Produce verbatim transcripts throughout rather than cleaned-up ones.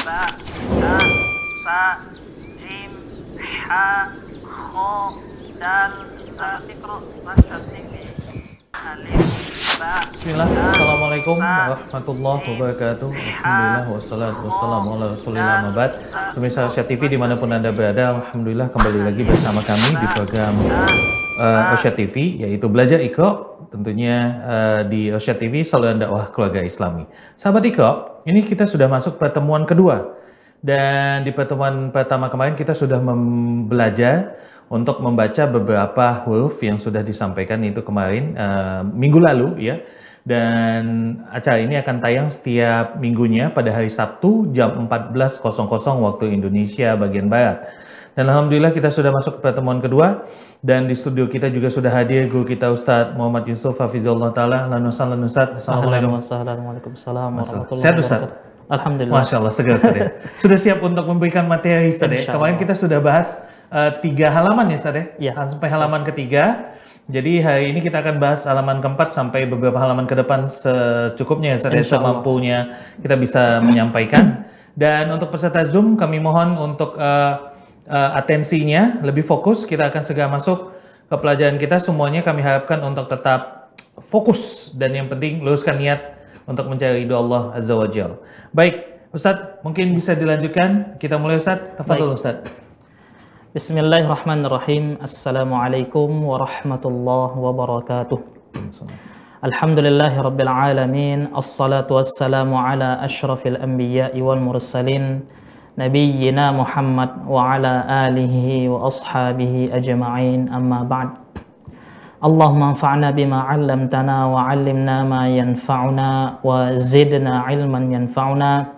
ba, ta, sa, jim, ha, kho, dal, zal, ikro, masa tinggi, alif, ba, Bismillah, Assalamualaikum warahmatullahi wabarakatuh. Alhamdulillah, wassalatu wassalamu ala rasulillah mabad. Pemirsa Osya T V dimanapun Anda berada, Alhamdulillah kembali lagi bersama kami di program uh, Osya T V, yaitu Belajar Iqra, tentunya uh, di Osya T V, saluran dakwah keluarga Islami. Sahabat Iqra, ini kita sudah masuk pertemuan kedua. Dan di pertemuan pertama kemarin kita sudah belajar untuk membaca beberapa huruf yang sudah disampaikan itu kemarin uh, minggu lalu ya. Dan acara ini akan tayang setiap minggunya pada hari Sabtu jam empat belas waktu Indonesia bagian Barat. Dan Alhamdulillah kita sudah masuk ke pertemuan kedua. Dan di studio kita juga sudah hadir guru kita Ustadz Muhammad Yusuf Hafizullah Ta'ala. Lanussalam Ustadz. Assalamualaikum. Waalaikumsalam warahmatullahi Sehat Ustadz? Alhamdulillah. Masya Allah, segar Ustadz ya. Sudah siap untuk memberikan materi Ustadz ya. Kemarin kita sudah bahas uh, tiga halaman ya Ustadz ya. Ya. Sampai halaman ketiga. Jadi hari ini kita akan bahas halaman keempat sampai beberapa halaman ke depan secukupnya ya Ustadz ya. Semampunya kita bisa menyampaikan. Dan untuk peserta Zoom kami mohon untuk uh, uh, atensinya lebih fokus. Kita akan segera masuk ke pelajaran kita. Semuanya kami harapkan untuk tetap fokus. Dan yang penting luruskan niat untuk mencari ridho Allah Azza wa Jalla. Baik, Ustadz, mungkin bisa dilanjutkan. Kita mulai Ustadz. Tafadhol Ustadz. Bismillahirrahmanirrahim. Assalamualaikum warahmatullahi wabarakatuh. Alhamdulillahi rabbil alamin. Assalatu wassalamu ala asyrafil anbiya'i wal mursalin. Nabiyyina Muhammad wa ala alihi wa ashabihi ajma'in. Amma ba'd. Allahumma anfa'na bima 'allamtana wa 'allimna ma yanfa'una wa zidna 'ilman yanfa'una.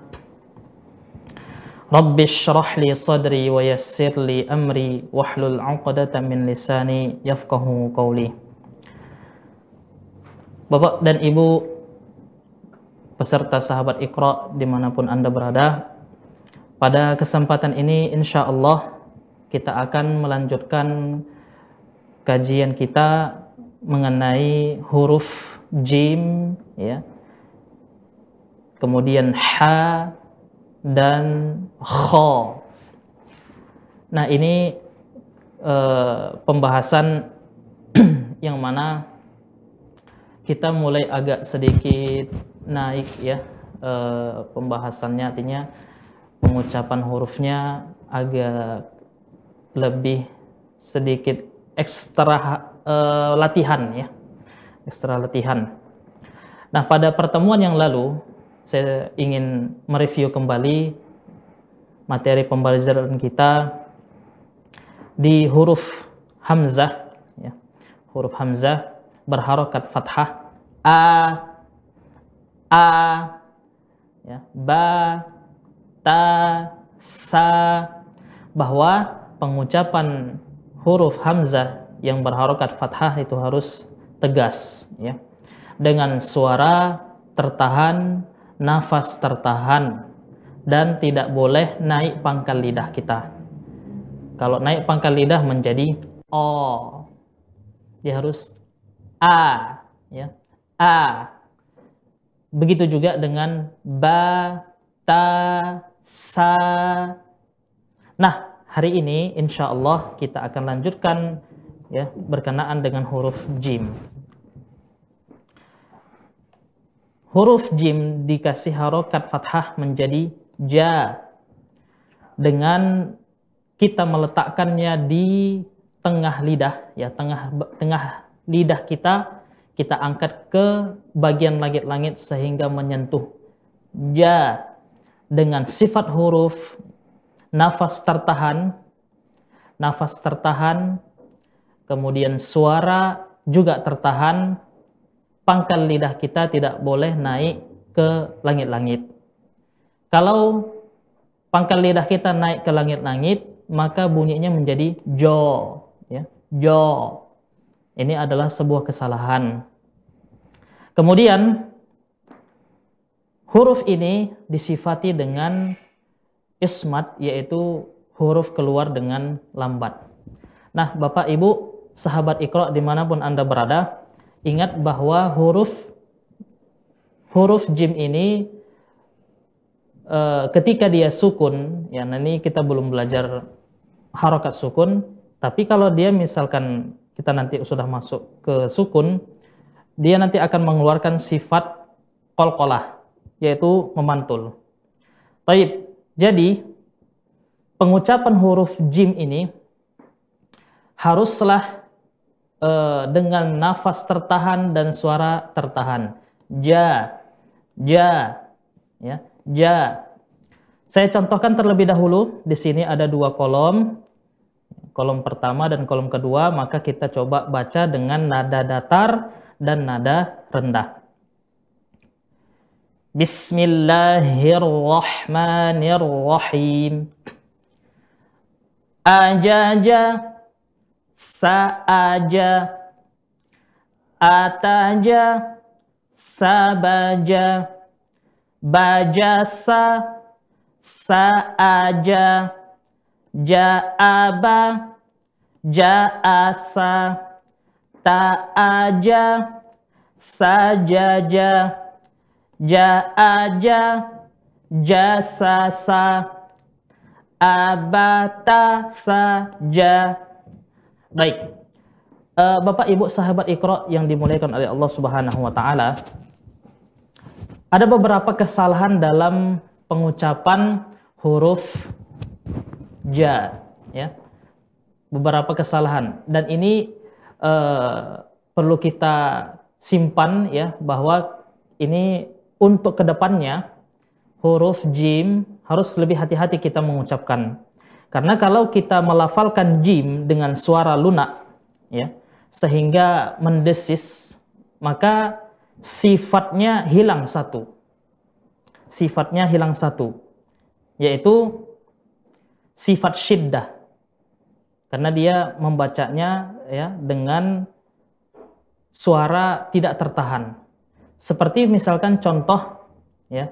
Rabbi shrah li sadri wa yassir li amri wahlul 'uqdatam min lisani yafqahu qawli. Bapak dan Ibu peserta sahabat Iqra dimanapun Anda berada, pada kesempatan ini insya Allah kita akan melanjutkan kajian kita mengenai huruf jim ya, kemudian ha dan kha. Nah ini eh, pembahasan yang mana kita mulai agak sedikit naik ya, eh, pembahasannya, artinya pengucapan hurufnya agak lebih sedikit ekstra eh, latihan ya, ekstra latihan. Nah pada pertemuan yang lalu saya ingin mereview kembali materi pembelajaran kita di huruf hamzah ya. Huruf hamzah berharokat fathah a, a ya, ba, ta, sa, bahwa pengucapan huruf hamzah yang berharokat fathah itu harus tegas ya, dengan suara tertahan, nafas tertahan, dan tidak boleh naik pangkal lidah kita. Kalau naik pangkal lidah menjadi o, dia harus a ya, a. Begitu juga dengan ba, ta, sa. Nah hari ini insya Allah kita akan lanjutkan ya berkenaan dengan huruf jim. Huruf jim dikasih harokat fathah menjadi ja, dengan kita meletakkannya di tengah lidah ya, tengah tengah lidah kita, kita angkat ke bagian langit-langit sehingga menyentuh ja, dengan sifat huruf nafas tertahan, nafas tertahan, kemudian suara juga tertahan. Pangkal lidah kita tidak boleh naik ke langit-langit. Kalau pangkal lidah kita naik ke langit-langit, maka bunyinya menjadi jo, ya, jo. Ini adalah sebuah kesalahan. Kemudian huruf ini disifati dengan ismat, yaitu huruf keluar dengan lambat. Nah, Bapak Ibu sahabat Iqra dimanapun Anda berada, ingat bahwa huruf huruf jim ini uh, ketika dia sukun, ya nah ini kita belum belajar harokat sukun, tapi kalau dia misalkan kita nanti sudah masuk ke sukun, dia nanti akan mengeluarkan sifat qalqalah, yaitu memantul. Baik, jadi pengucapan huruf jim ini haruslah uh, dengan nafas tertahan dan suara tertahan. Ja, ja, ya, ja. Saya contohkan terlebih dahulu. Di sini ada dua kolom, kolom pertama dan kolom kedua. Maka kita coba baca dengan nada datar dan nada rendah. Bismillahirrahmanirrahim. Ajaja, sa'aja, ataja, sabaja, bajasa, sa'aja, ja'aba, ja'asa, ta'aja, sajaja, ja'aja, jasasa, abata saja. Baik, uh, Bapak Ibu sahabat Iqra yang dimuliakan oleh Allah Subhanahu wa taala, ada beberapa kesalahan dalam pengucapan huruf ja, ya. Beberapa kesalahan, dan ini uh, perlu kita simpan, ya, bahwa ini untuk kedepannya huruf jim harus lebih hati-hati kita mengucapkan. Karena kalau kita melafalkan jim dengan suara lunak, ya, sehingga mendesis, maka sifatnya hilang satu. Sifatnya hilang satu, yaitu sifat syiddah. Karena dia membacanya, ya, dengan suara tidak tertahan. Seperti misalkan contoh, ya,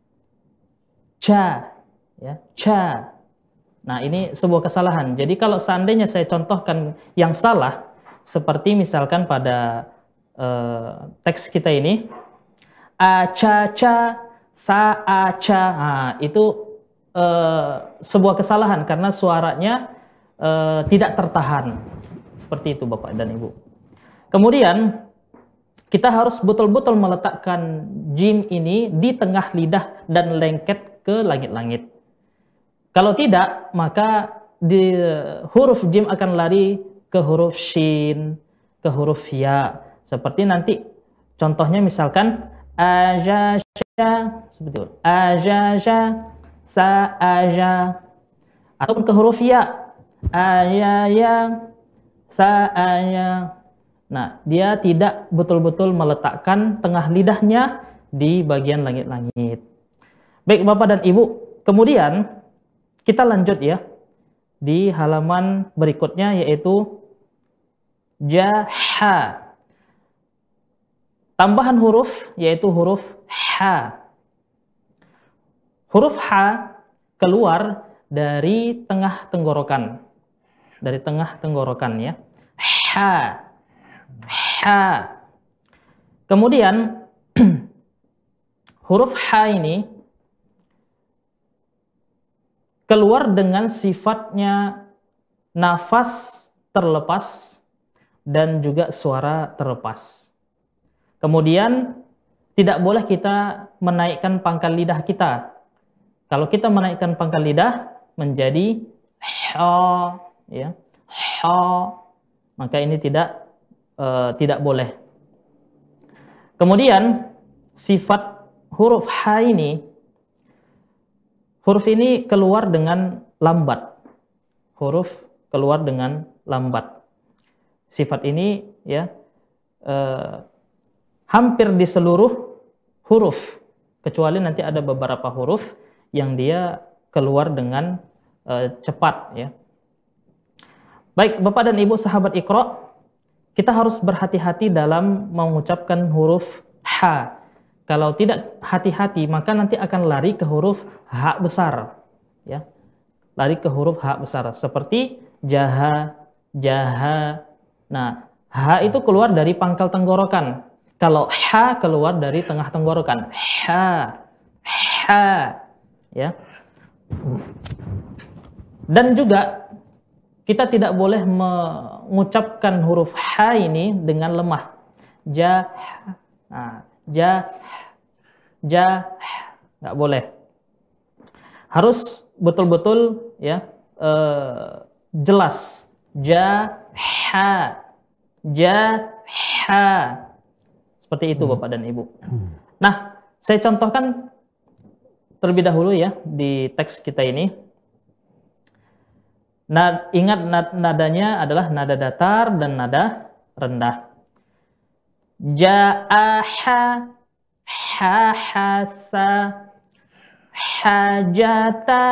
ca, ya, ca. Nah, ini sebuah kesalahan. Jadi kalau seandainya saya contohkan yang salah, seperti misalkan pada uh, teks kita ini, aca-ca, sa-aca, nah, itu uh, sebuah kesalahan karena suaranya uh, tidak tertahan. Seperti itu Bapak dan Ibu. Kemudian kita harus betul-betul meletakkan jim ini di tengah lidah dan lengket ke langit-langit. Kalau tidak, maka di huruf jim akan lari ke huruf shin, ke huruf ya. Seperti nanti contohnya misalkan ajaja, seperti itu. Ajaja, sa'aja. Ataupun ke huruf ya. Ayaya, sa'aya. Nah, dia tidak betul-betul meletakkan tengah lidahnya di bagian langit-langit. Baik Bapak dan Ibu, kemudian kita lanjut, ya, di halaman berikutnya, yaitu jaha. Tambahan huruf, yaitu huruf ha. Huruf ha keluar dari tengah tenggorokan. Dari tengah tenggorokan, ya. Ha. Ha. Kemudian huruf ha ini keluar dengan sifatnya nafas terlepas dan juga suara terlepas. Kemudian tidak boleh kita menaikkan pangkal lidah kita. Kalau kita menaikkan pangkal lidah menjadi ha, ya, ha, maka ini tidak uh, tidak boleh. Kemudian sifat huruf ha ini, huruf ini keluar dengan lambat. Huruf keluar dengan lambat. Sifat ini, ya, eh, hampir di seluruh huruf, kecuali nanti ada beberapa huruf yang dia keluar dengan eh, cepat, ya. Baik Bapak dan Ibu sahabat Iqra, kita harus berhati-hati dalam mengucapkan huruf ha. Kalau tidak hati-hati, maka nanti akan lari ke huruf ha besar, ya. Lari ke huruf ha besar seperti jaha, jaha. Nah, ha itu keluar dari pangkal tenggorokan. Kalau ha keluar dari tengah tenggorokan. Ha, ha. ya. Dan juga kita tidak boleh mengucapkan huruf ha ini dengan lemah. Ja, nah, ja, ja, nggak boleh. Harus betul-betul ya eh, jelas. Ja, ha, ja, ha. Seperti itu Bapak dan Ibu. Nah, saya contohkan terlebih dahulu ya di teks kita ini. Nah, ingat nadanya adalah nada datar dan nada rendah. Ja'aha, hahasa, hajata,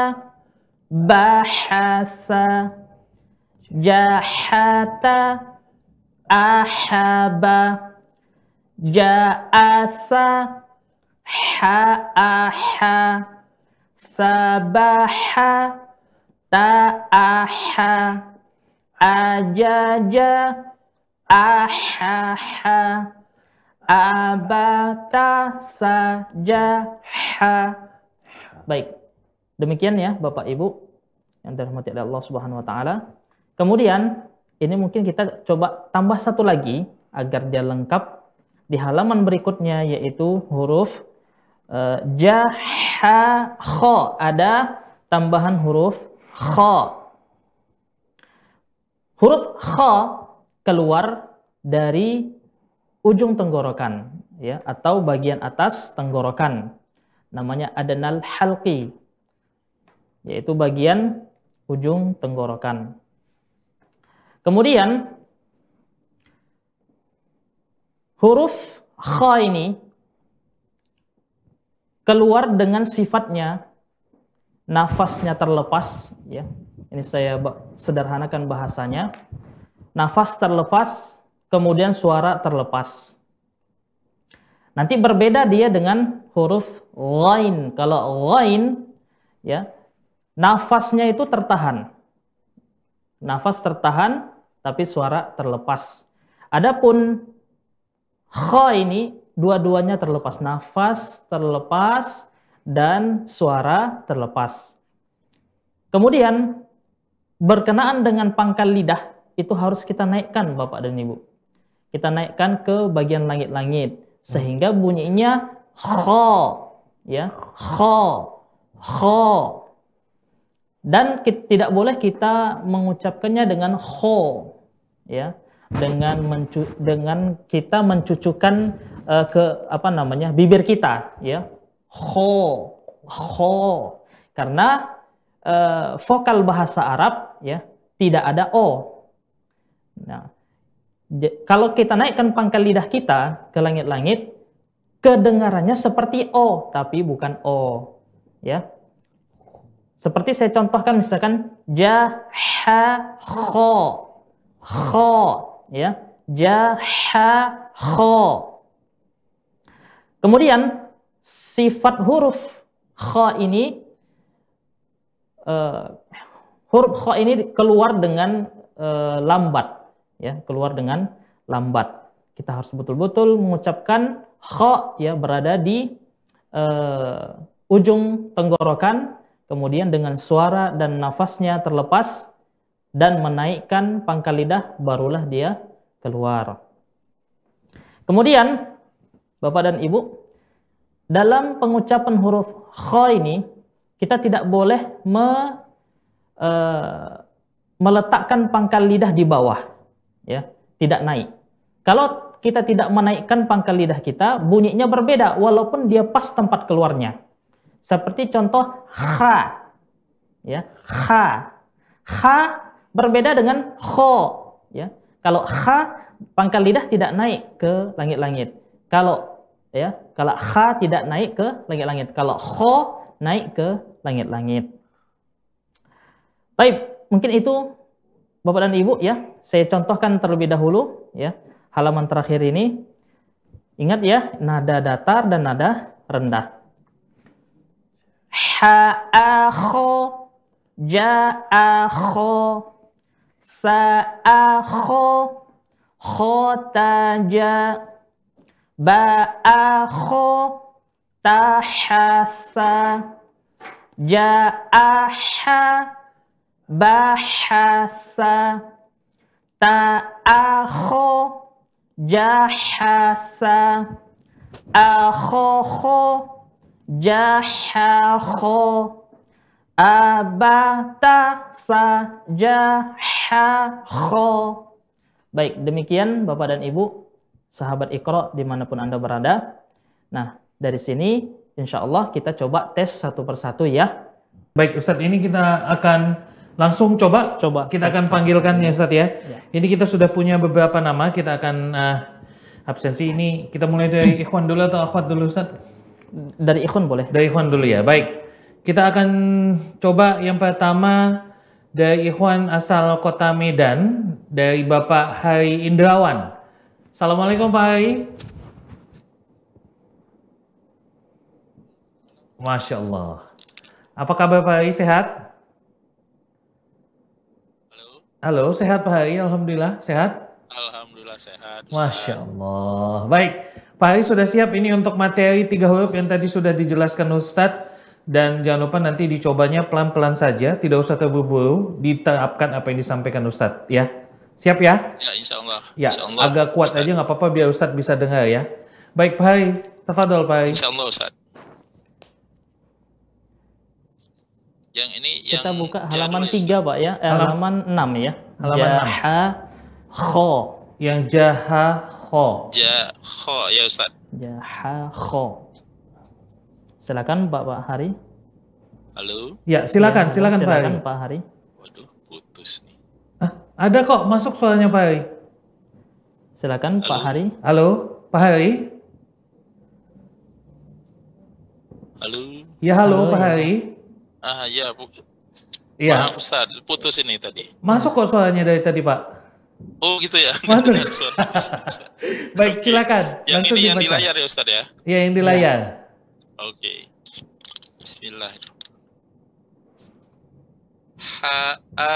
bahasa, jahata, ahaba, ja'asa, ha'aha, sabaha, ta'aha, ajaja, ahaha, abata, sajaha. Baik, demikian ya Bapak Ibu yang dirahmati oleh Allah Subhanahu wa taala. Kemudian ini mungkin kita coba tambah satu lagi agar dia lengkap di halaman berikutnya, yaitu huruf uh, ja, ha, kha. Ada tambahan huruf kha. Huruf kha keluar dari ujung tenggorokan ya, atau bagian atas tenggorokan. Namanya adnal halqi, yaitu bagian ujung tenggorokan. Kemudian huruf kha ini keluar dengan sifatnya nafasnya terlepas ya. Ini saya sederhanakan bahasanya. Nafas terlepas, kemudian suara terlepas. Nanti berbeda dia dengan huruf ghain. Kalau ghain ya, nafasnya itu tertahan. Nafas tertahan tapi suara terlepas. Adapun kha ini dua-duanya terlepas, nafas terlepas dan suara terlepas. Kemudian berkenaan dengan pangkal lidah itu harus kita naikkan Bapak dan Ibu. Kita naikkan ke bagian langit-langit sehingga bunyinya kha, ya, kha, kha. Dan kita, tidak boleh kita mengucapkannya dengan kho, ya, dengan mencu, dengan kita mencucukkan uh, ke apa namanya bibir kita, ya, kho, kho, karena uh, vokal bahasa Arab, ya, tidak ada o. Nah, kalau kita naikkan pangkal lidah kita ke langit-langit, kedengarannya seperti o, tapi bukan o, ya. Seperti saya contohkan misalkan ja, ha, kho, kho, ya, ja, ha, kho. Kemudian sifat huruf kha ini, uh, huruf kha ini keluar dengan uh, lambat, ya, keluar dengan lambat. Kita harus betul-betul mengucapkan kha, ya, berada di uh, ujung tenggorokan. Kemudian dengan suara dan nafasnya terlepas dan menaikkan pangkal lidah, barulah dia keluar. Kemudian Bapak dan Ibu, dalam pengucapan huruf kha ini kita tidak boleh me, e, meletakkan pangkal lidah di bawah, ya, tidak naik. Kalau kita tidak menaikkan pangkal lidah kita, bunyinya berbeda walaupun dia pas tempat keluarnya. Seperti contoh kha, ya, kha, kha berbeda dengan kho, ya. Kalau kha pangkal lidah tidak naik ke langit-langit. Kalau ya, kalau kha tidak naik ke langit-langit. Kalau kho naik ke langit-langit. Baik, mungkin itu Bapak dan Ibu, ya. Saya contohkan terlebih dahulu, ya, halaman terakhir ini. Ingat ya, nada datar dan nada rendah. Ha'akho, ja'akho, sa'akho, khotaja, ba'akho, tahasa, Ja'aha, bahasa, ta'akho, jahasa, akhoho, jahakho, abata, jahakho. Baik, demikian Bapak dan Ibu, sahabat Iqra dimanapun Anda berada. Nah, dari sini insya Allah kita coba tes satu persatu ya. Baik Ustadz, ini kita akan langsung coba. Coba. Kita akan panggilkan ya Ustadz ya. Ya. Ini kita sudah punya beberapa nama, kita akan uh, absensi ini. Kita mulai dari Ikhwan dulu atau Akhwat dulu Ustadz? Dari Ikhwan boleh. Dari Ikhwan dulu ya, baik. Kita akan coba yang pertama dari Ikhwan asal Kota Medan, dari Bapak Hari Indrawan. Assalamualaikum Pak Hari. Masya Allah. Apa kabar Pak Hari, sehat? Halo. Halo, sehat Pak Hari? Alhamdulillah, sehat? Alhamdulillah sehat, Ustaz. Masya Allah. Baik, Pak Hari sudah siap ini untuk materi tiga huruf yang tadi sudah dijelaskan Ustadz. Dan jangan lupa nanti dicobanya pelan-pelan saja, tidak usah terburu-buru, diterapkan apa yang disampaikan Ustadz ya. Siap ya? Ya, insya Allah. Ya, Insya Allah, agak kuat Ustaz. aja nggak apa-apa biar Ustadz bisa dengar ya. Baik Pak Hari, tafadhol Pak Hari. Insya Allah, Ustaz. Yang ini yang Kita buka ja halaman dulu ya, tiga Ustaz. Pak ya, eh, Halam- halaman enam ya. Halaman enam. Jahakho. Yang jaha kho. Ja, kho, ya Ustaz. Jahakho. Silakan Bapak Hari. Halo. Ya, silakan, Ya, silakan Pak Hari. silakan Pak Hari. Waduh, putus nih. Ah, ada kok masuk suaranya Pak Hari. Silakan Pak Halo. Hari. Halo, Pak Hari. Halo. Ya halo, Halo, Pak ya. Hari. Ah, ya, Bu. Iya, Maaf Ustaz, putus ini tadi. masuk kok suaranya dari tadi Pak. Oh, gitu ya. Masuk. Dengar suara Ustaz. Baik, Oke. silakan. Yang Langsung ini yang di dibaca. layar ya Ustaz ya. Ya, yang di layar. Oke. Bismillah. Ha a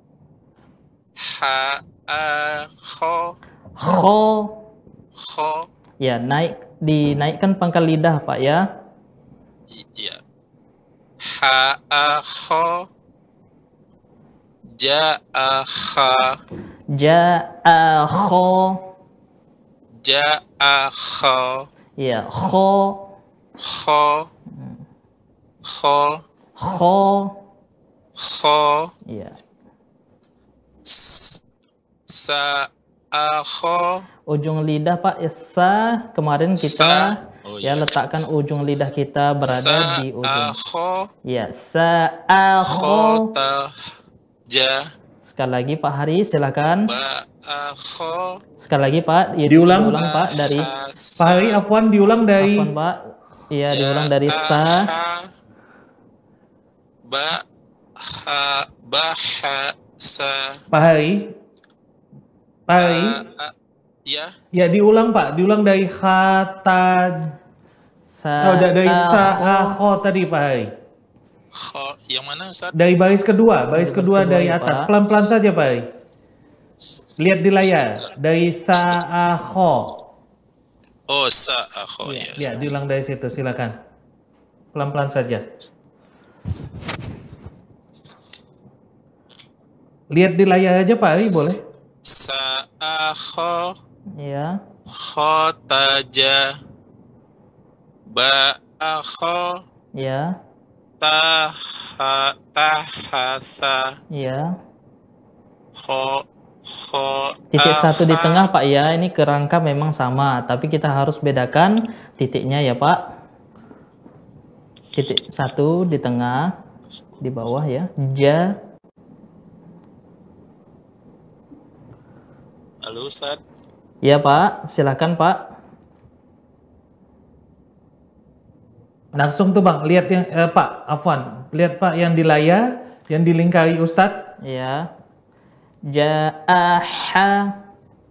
ha a kho Kho. kho Ya, naik dinaikkan pangkal lidah Pak ya. I- iya. Ha a kho ja a kha Ja'akho. ja a kha Ya, kho. kho kho Kho. kho Ya. s- sa a kho Ujung lidah Pak Isa kemarin kita Sa. Oh, ya iya. letakkan ujung lidah kita berada sa di a ujung. kho Ya, sa'akho. khota ja Sekali lagi Pak Hari silakan. ba a kho Sekali lagi Pak, ya, Diulang. diulang Pak dari ha, Pak Hari, sa, afwan diulang dari Afwan Pak. Iya, ja, diulang dari a, sa. ha, ba ha ba ha sa Pak Hari. Pak Hari. a, a, ya Ya diulang Pak, diulang dari kata oh, da- dari Sa'akho. kho tadi Pak Hari. kho yang mana Ustaz? Dari baris kedua, baris Baris kedua kedua dari ya, atas. Pak. Pelan-pelan saja Pak Hari. Lihat di layar, dari sa'akho. Oh, sa a kho ya. Ya, diulang dari situ, silakan. Pelan-pelan saja. Lihat di layar aja Pak Hari, boleh? Sa a kho Ya. kho ta ja ba a kho Ya. ta ha ta ha sa Ya. kho kho Titik a, satu di ha. tengah Pak ya, ini kerangka memang sama, tapi kita harus bedakan titiknya ya Pak. Titik satu di tengah, di bawah ya. Ja. Halo Ustaz. Ya Pak, silakan Pak. Langsung tuh Bang, lihat yang eh, Pak, afwan. Lihat Pak yang di layar, yang dilingkari Ustadz. Ya. Ja'aha.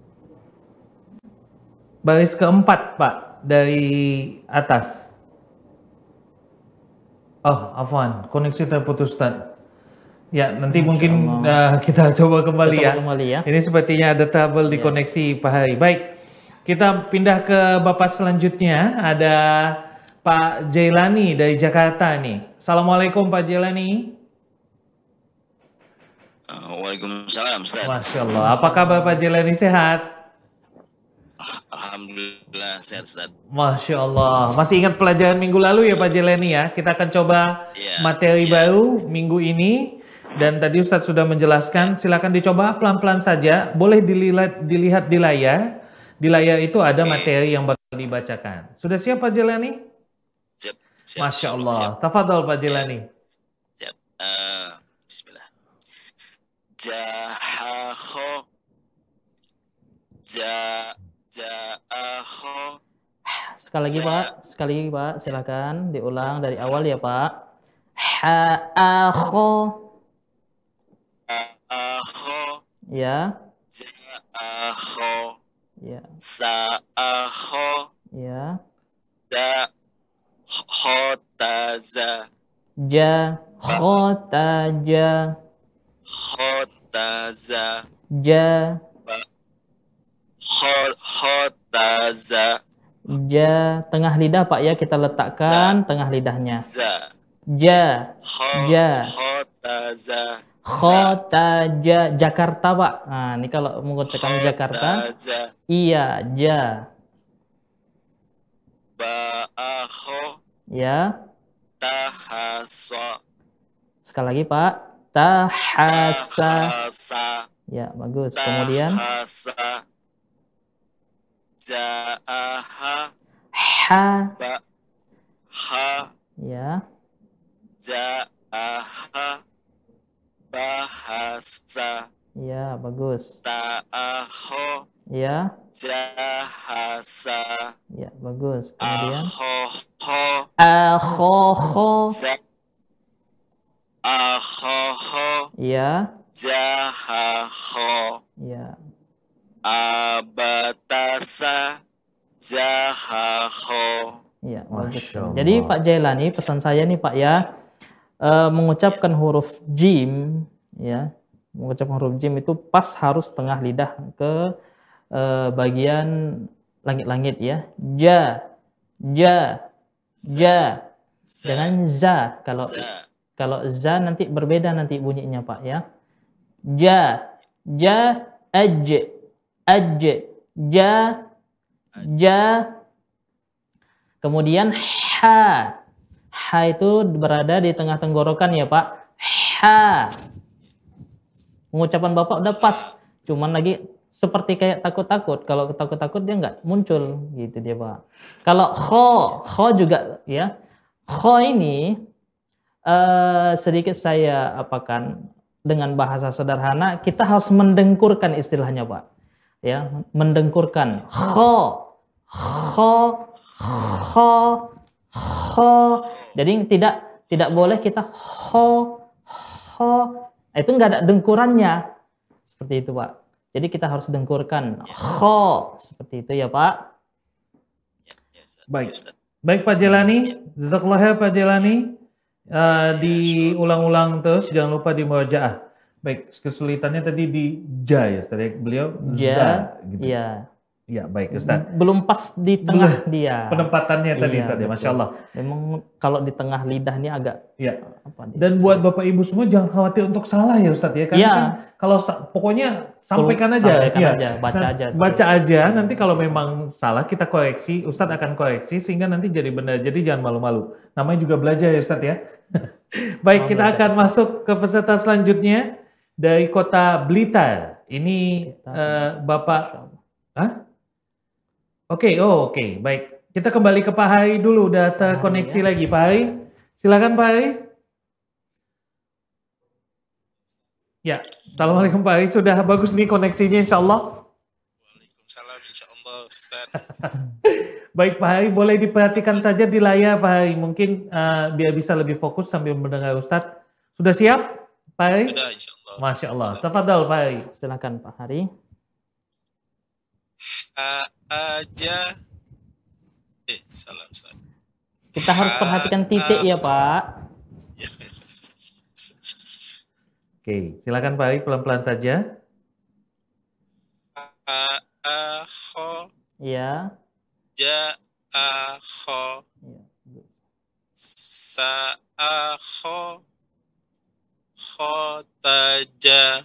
Baris keempat Pak, dari atas. Oh, afwan, koneksi terputus Ustadz. Ya, nanti mungkin uh, kita coba kembali Kita ya. coba kembali ya. Ini sepertinya ada trouble di Ya. koneksi Pak Hari. Baik, kita pindah ke Bapak selanjutnya. Ada Pak Jailani dari Jakarta nih. Assalamualaikum Pak Jailani. Uh, Waalaikumsalam Ustaz. Masya Allah. Apa kabar Pak Jailani, sehat? Alhamdulillah sehat Ustaz. Masya Allah. Masih ingat pelajaran minggu lalu ya Pak Jailani ya? Kita akan coba Ya, materi ya. baru minggu ini. Dan tadi Ustadz sudah menjelaskan, silakan dicoba pelan-pelan saja. Boleh dilihat, dilihat di layar. Di layar itu ada materi yang bakal dibacakan. Sudah siap Pak Jailani? Siap, siap, Masya siap, Allah. siap, Tafadhol Pak Jailani. siap. Uh, Bismillah. Jahakho, ja, jahakho. Sekali lagi Ja- Pak, sekali lagi Pak, silakan diulang dari awal ya Pak. Ha'akho, Jahakho, ya, jahakho, ya, sa'akho, ya. da, khotaza, Ja, khotaja, khotaza, ja, khot, khotaza, ja. Tengah lidah Pak ya, kita letakkan tengah lidahnya. za, Ja, khot, Ja. khotaza, khotaja, Jakarta Pak. Nah, ini kalau mengucapkan Jakarta, khotaza, iya, ja, ba'akho, ya. tahasa, Sekali lagi Pak, tahasa, tahasa, ya bagus. Kemudian tahasa, ja'aha, ha, ba, ha, ya, ja'aha, bahasa, ya bagus, ta'aho, ya, jahasa, ya bagus. Kemudian ahoho, akhoho, ja- ahoho, ya, jahaho, ya, abatasa, jahaho. ya bagus. Masya Allah. Jadi Pak Jailani, pesan saya nih Pak ya, eh, mengucapkan huruf jim, ya, mengucapkan huruf jim itu pas harus tengah lidah ke eh, bagian langit-langit ya. Ja, ja, ja. Dengan za. Kalau Za, kalau za nanti berbeda nanti bunyinya Pak ya. Ja, ja, aj, aj, ja, ja. Kemudian ha. Ha itu berada di tengah tenggorokan ya Pak. Ha. Pengucapan Bapak udah pas. Cuman lagi seperti kayak takut-takut. Kalau takut-takut dia nggak muncul gitu dia Pak. Kalau kho, kho juga ya. Kho ini eh, sedikit saya apakan dengan bahasa sederhana, kita harus mendengkurkan istilahnya Pak. Ya, mendengkurkan. Kho, kho, kho, kho. Jadi tidak tidak boleh kita ho, ho. Itu nggak ada dengkurannya. Seperti itu Pak. Jadi kita harus dengkurkan. Kho. Seperti itu ya Pak. ya, ya, Ustaz. Baik. Ya, Ustaz. Baik Pak Jailani, jazakallah khair Pak Jailani. Uh, diulang-ulang terus, jangan lupa di murojaah. Baik, kesulitannya tadi di ja ya Ustaz ya. Beliau Ja, za gitu. iya. Ya, baik Ustaz. Belum pas di tengah dia. Penempatannya tadi Iya, Ustaz ya, betul. Masya Allah. Memang kalau di tengah lidah ini agak Ya. apa dia? Dan buat Bapak Ibu semua jangan khawatir untuk salah ya Ustaz ya. Karena Iya. kan kalau sa- pokoknya sampaikan aja. Sampaikan ya. aja, baca Nah, aja. Baca aja, nanti kalau memang salah kita koreksi, Ustadz akan koreksi sehingga nanti jadi benar. Jadi jangan malu-malu. Namanya juga belajar ya Ustadz ya. Baik, Mau kita belajar. akan masuk ke peserta selanjutnya dari kota Blitar. Ini Blitar. eh, Bapak, hah? Oke, oh oke, baik. Kita kembali ke Pak Hari dulu, udah terkoneksi ya. lagi Pak Hari. Silakan Pak Hari. Ya, Assalamualaikum Pak Hari. Sudah bagus nih koneksinya insya Allah. Waalaikumsalam insyaallah Ustaz. Baik Pak Hari, boleh diperhatikan saja di layar Pak Hari. Mungkin eh, biar bisa lebih fokus sambil mendengar Ustadz. Sudah siap Pak Hari? Sudah insyaallah. Masya Allah. Ustaz. Tafadhal Pak Hari. Silakan Pak Hari. A aja. Eh, salah Ustaz. Kita harus Ha- perhatikan titik ya Pak. Oke, silakan Pak Hari pelan-pelan saja. A a kho Ya. ja a kho Ya. sa'akho, khotaja,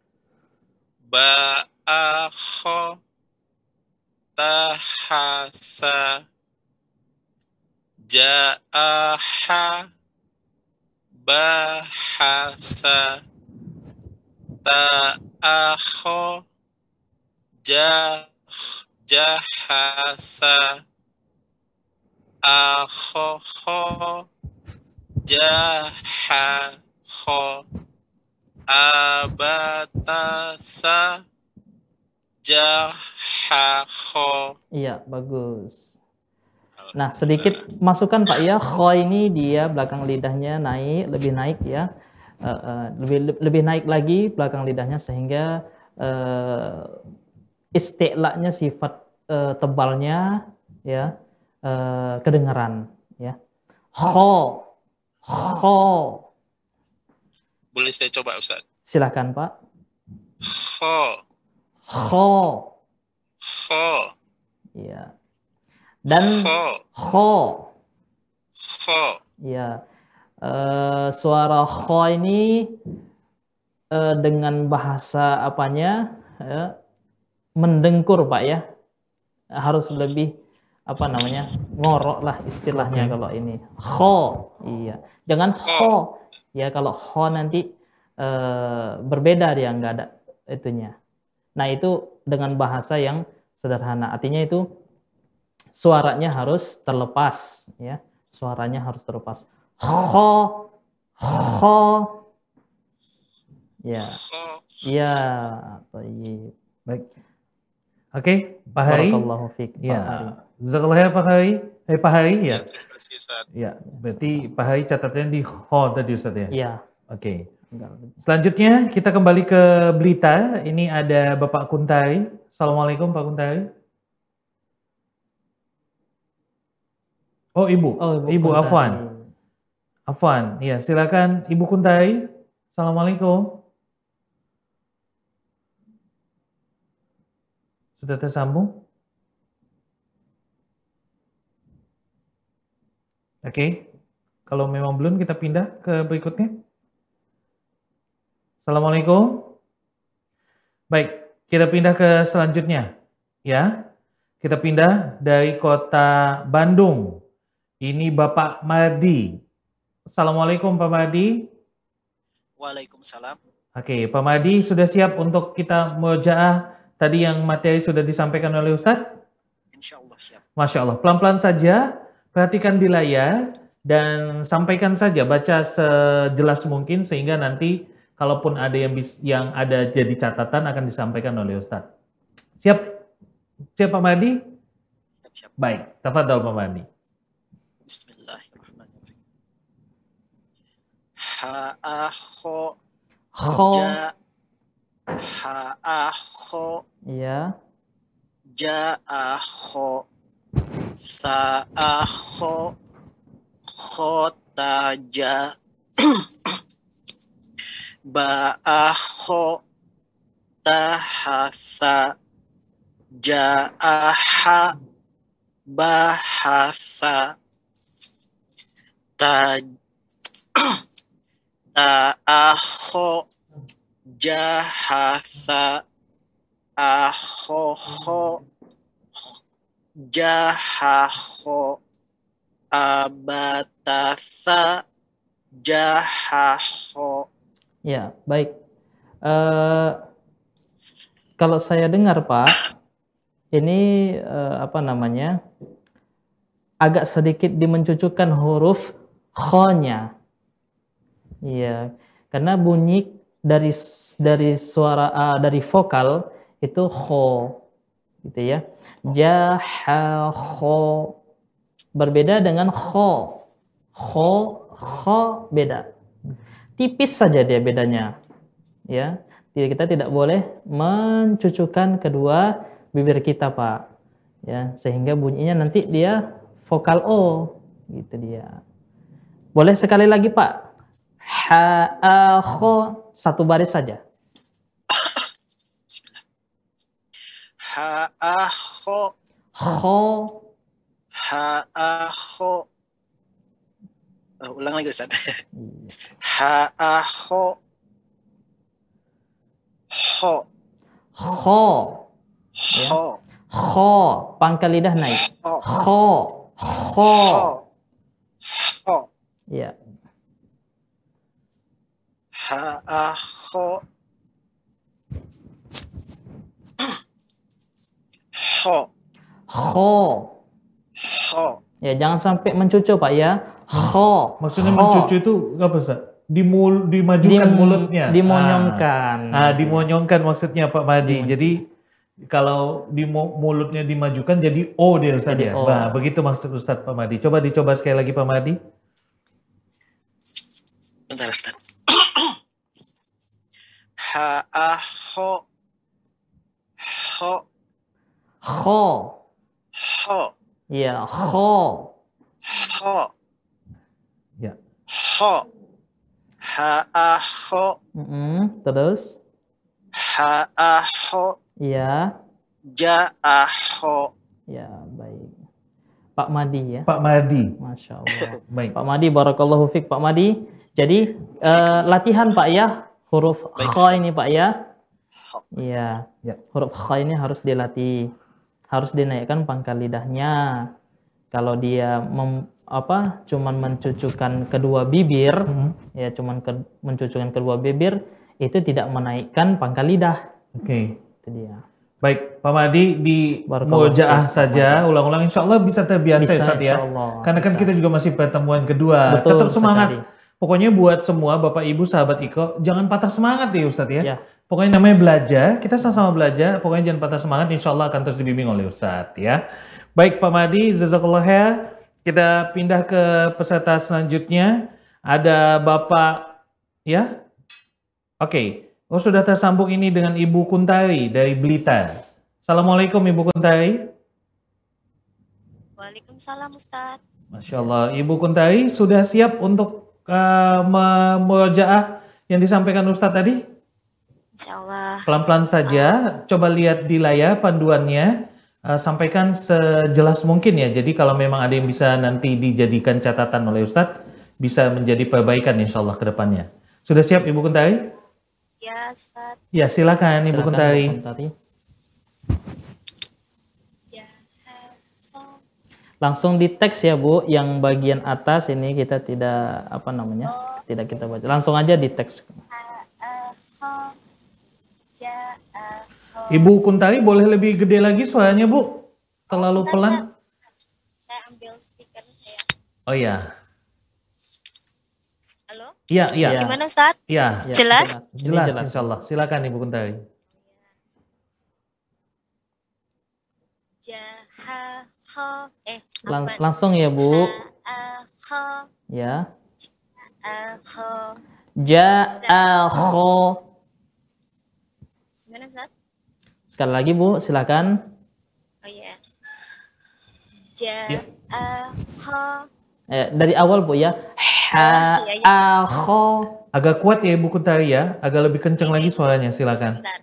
ba'akho, tahasa, ja'aha, bahasa, ta'akho, jah, jahasa, akhoho, jahakho, abatasa, jahakho. Iya, bagus. Nah, sedikit masukan Pak ya, kho ini dia belakang lidahnya naik, lebih naik ya, uh, uh, lebih lebih naik lagi belakang lidahnya sehingga uh, isti'la'nya sifat uh, tebalnya ya uh, kedengaran ya. Kho, kho. Boleh saya coba Ustaz? Silakan Pak. Kho, Kho. kho, Ya. Dan kho, kho. kho. Ya, uh, suara kho ini uh, dengan bahasa apanya ya, mendengkur Pak ya, harus lebih apa namanya ngorok lah istilahnya. Kalau ini kho, iya, jangan kho ya, kalau kho nanti uh, berbeda dia, nggak ada itunya. Nah itu dengan bahasa yang sederhana, artinya itu suaranya harus terlepas ya, suaranya harus terlepas. Kho, kho, ya, ya, baik. Baik. Oke, Pak Hari. Barakallahu fiik, Pak Ya, Hari. jazakallah ya Pak Hari. Eh Pak Hari ya. Terima kasih Ustaz. Ya, berarti Pak Hari catatannya di kho tadi Ustaz ya. Iya. Oke. Selanjutnya kita kembali ke Blitar. Ini ada Bapak Kuntari. Assalamualaikum Pak Kuntari. Oh Ibu, Oh, Ibu Ibu Kuntari. Afwan. Afwan, ya silakan Ibu Kuntari. Assalamualaikum. Sudah tersambung? Oke, kalau memang belum kita pindah ke berikutnya. Assalamualaikum. Baik, kita pindah ke selanjutnya. Ya, kita pindah dari kota Bandung. Ini Bapak Mardi. Assalamualaikum Pak Mardi. Waalaikumsalam. Oke, Pak Mardi sudah siap untuk kita murojaah tadi yang materi sudah disampaikan oleh Ustadz? Insya Allah siap. Masya Allah, pelan-pelan saja, perhatikan di layar, dan sampaikan saja, baca sejelas mungkin, sehingga nanti kalaupun ada yang, bis, yang ada jadi catatan akan disampaikan oleh Ustadz. Siap? Siap Pak Mardi? Siap, siap. Baik, tafadhol Pak Mardi. Bismillahirrahmanirrahim. Ha-akho, Kho, ja, ha-akho, ya, ja-akho, sa-akho, khotaja, ba-akho, tahasa, ja-aha, bahasa, ta ta'akho, jahasa, akhoho, jahaho, abatasa, jahaho. ya, baik. Eh, kalau saya dengar Pak, ini eh, apa namanya, agak sedikit dimencucukkan huruf kho-nya. Iya, karena bunyi dari dari suara uh, dari vokal itu kho, gitu ya. Jaha kho berbeda dengan kho. Kho, kho beda. Tipis saja dia bedanya. Ya, kita tidak boleh mencucukkan kedua bibir kita, Pak. Ya, sehingga bunyinya nanti dia vokal O, gitu dia. Boleh sekali lagi, Pak? Ha, a, kho, satu baris saja. Bismillah. Ha, a, kho, Kho, ha, a, kho, Uh, ulang lagi Ustaz. Iya. Ha a kho. Kho. Kho. Ya. Kho. Kho. Pangkal lidah naik. Kho. Kho. Kho. Kho. Kho. Ya. Ha a kho. Kho. Kho. Kho. Ya, jangan sampai mencucu Pak ya. Kho. Maksudnya Kho. mencucu itu apa Ustaz? Dimul, dimajukan Dim- mulutnya. Dimonyongkan. Ah, ah, dimonyongkan maksudnya Pak Madi. Dimonyong. Jadi kalau di mu- mulutnya dimajukan jadi O dia Ustaz Jadi ya. O. Nah, begitu maksud Ustaz Pak Madi. Coba dicoba sekali lagi Pak Madi. Bentar Ustaz. Ha a kho. Kho. Kho. Kho. Ya, kho. Kho. Ya. Kho. Ha a kho. Mm-mm. Terus. Ha a kho. Ya. Ja a kho. Ya, baik. Pak Madi ya. Pak Madi. Masya Allah. Baik. Pak Madi, barakallahu fiik Pak Madi. Jadi eh, latihan Pak ya, huruf Baik, kha Ustaz. ini Pak ya. Kho. Iya, Ya. huruf kha ini harus dilatih. Harus dinaikkan pangkal lidahnya. Kalau dia mem, apa cuman mencucukkan kedua bibir, Hmm. ya cuman ke, mencucukkan kedua bibir, itu tidak menaikkan pangkal lidah. Oke. Itu dia. Baik, Pak Madi di Barakallahu mujaah fiik, Pak saja, ulang-ulang insya Allah bisa terbiasa Bisa, ya Ustaz ya. insyaallah, Karena kan bisa. kita juga masih pertemuan kedua. Betul Tetap semangat. sekali. Pokoknya buat semua Bapak Ibu sahabat Iko, jangan patah semangat ya Ustadz ya. Ya. Pokoknya namanya belajar, kita sama-sama belajar, pokoknya jangan patah semangat, insya Allah akan terus dibimbing oleh Ustadz ya. Baik Pak Madi, jazakallah khair. Kita pindah ke peserta selanjutnya. Ada Bapak, ya? Oke, oh sudah tersambung ini dengan Ibu Kuntari dari Blitar. Assalamualaikum Ibu Kuntari. Waalaikumsalam Ustadz. Masya Allah, Ibu Kuntari sudah siap untuk uh, memurojaah yang disampaikan Ustadz tadi? Insya Allah. Pelan-pelan saja, coba lihat di layar panduannya, uh, sampaikan sejelas mungkin ya. Jadi kalau memang ada yang bisa nanti dijadikan catatan oleh Ustadz, bisa menjadi perbaikan insya Allah ke depannya. Sudah siap Ibu Kuntari? Ya Ustadz. Ya silakan Ibu Silakan, Kuntari. Bu Kuntari. Jaha. Langsung di teks ya Bu, yang bagian atas ini kita tidak apa namanya, tidak kita baca. Langsung aja di teks. Jaha. Jaha. Ibu Kuntari boleh lebih gede lagi suaranya Bu? Terlalu Sebentar, pelan? Ustadz. Saya ambil speaker saya. Oh iya. Halo? Iya, iya. Iya. Gimana Ustadz? Iya. Ya, Jelas? Ini Jelas, jelas. insya Allah. Silakan Ibu Kuntari. Jaha. Kho. Eh. Lang- apa? langsung ya Bu. Jaha. Kho. Ya. Jaha. Kho. Ja'akho. Gimana Ustadz? Sekali lagi Bu, silakan. Oh iya. Jaha. Kho. Eh, dari awal Bu ya. Oh, iya, iya. Ha'akho. Agak kuat ya Ibu Kuntari ya, agak lebih kencang lagi suaranya, silakan. Sebentar.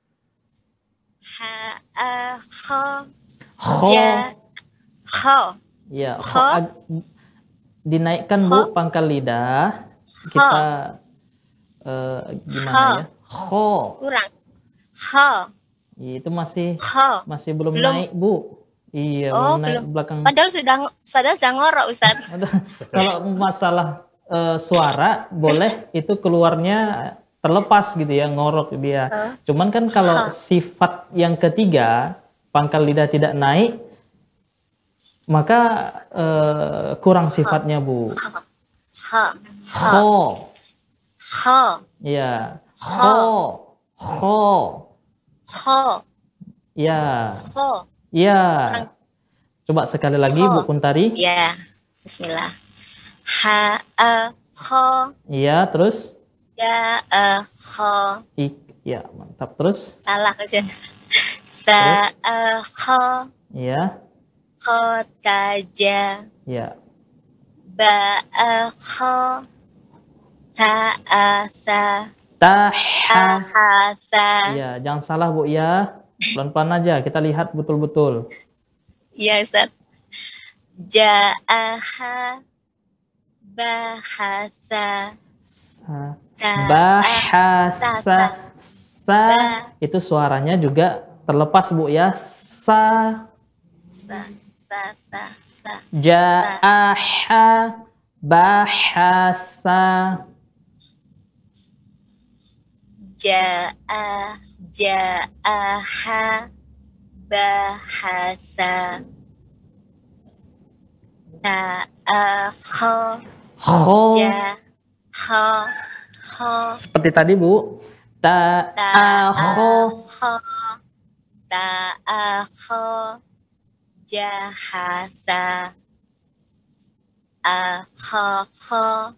Ha. Kho. Kho. Ja. Kho. Ya, Kho. kho ag- dinaikkan Bu Kho. pangkal lidah. Kita eh, gimana Kho. ya? Kho. Kurang. Kho. Itu masih Kho. masih belum, Belum. naik Bu. Iya, Oh, belum naik belum. belakang. Padahal sudah padahal sudah ngorok Ustadz. Kalau masalah eh, suara boleh itu keluarnya terlepas gitu ya, ngorok dia. Oh. Cuman kan kalau sifat yang ketiga, pangkal lidah tidak naik, maka eh, kurang sifatnya Bu. Kho. Kho. Kho. Ya. Kho. Kho. Kho. Kho. Ya. Kho. Ya. Kurang. Coba sekali lagi Kho. Bu Kuntari. Ya. Bismillah. Ha. A. Kho. Iya, terus Ja. A. Kho. ik. Ya, mantap. Terus. Salah kerja. Sa. A. Kho. Iya. Kho. Ta. Ja. Ya. Ba. A. Kho. Ta. A. Sa. A. Taha. Ha. Sa. Iya, jangan salah Bu ya. Pelan-pelan aja, kita lihat betul-betul. Iya Ustaz. Ja'aha. bahasa, Sa. ta- Bahasa. ta- Sa. Ba. Itu suaranya juga terlepas Bu ya. Sa. sa, sa, sa, sa, Ja'aha. Bahasa. ja'a, ja'aha, bahasa, ta'akho, Kho. ja, kho, kho, Seperti tadi Bu. Ta'akho. ta'akho, ta'akho, jahasa, akhokho,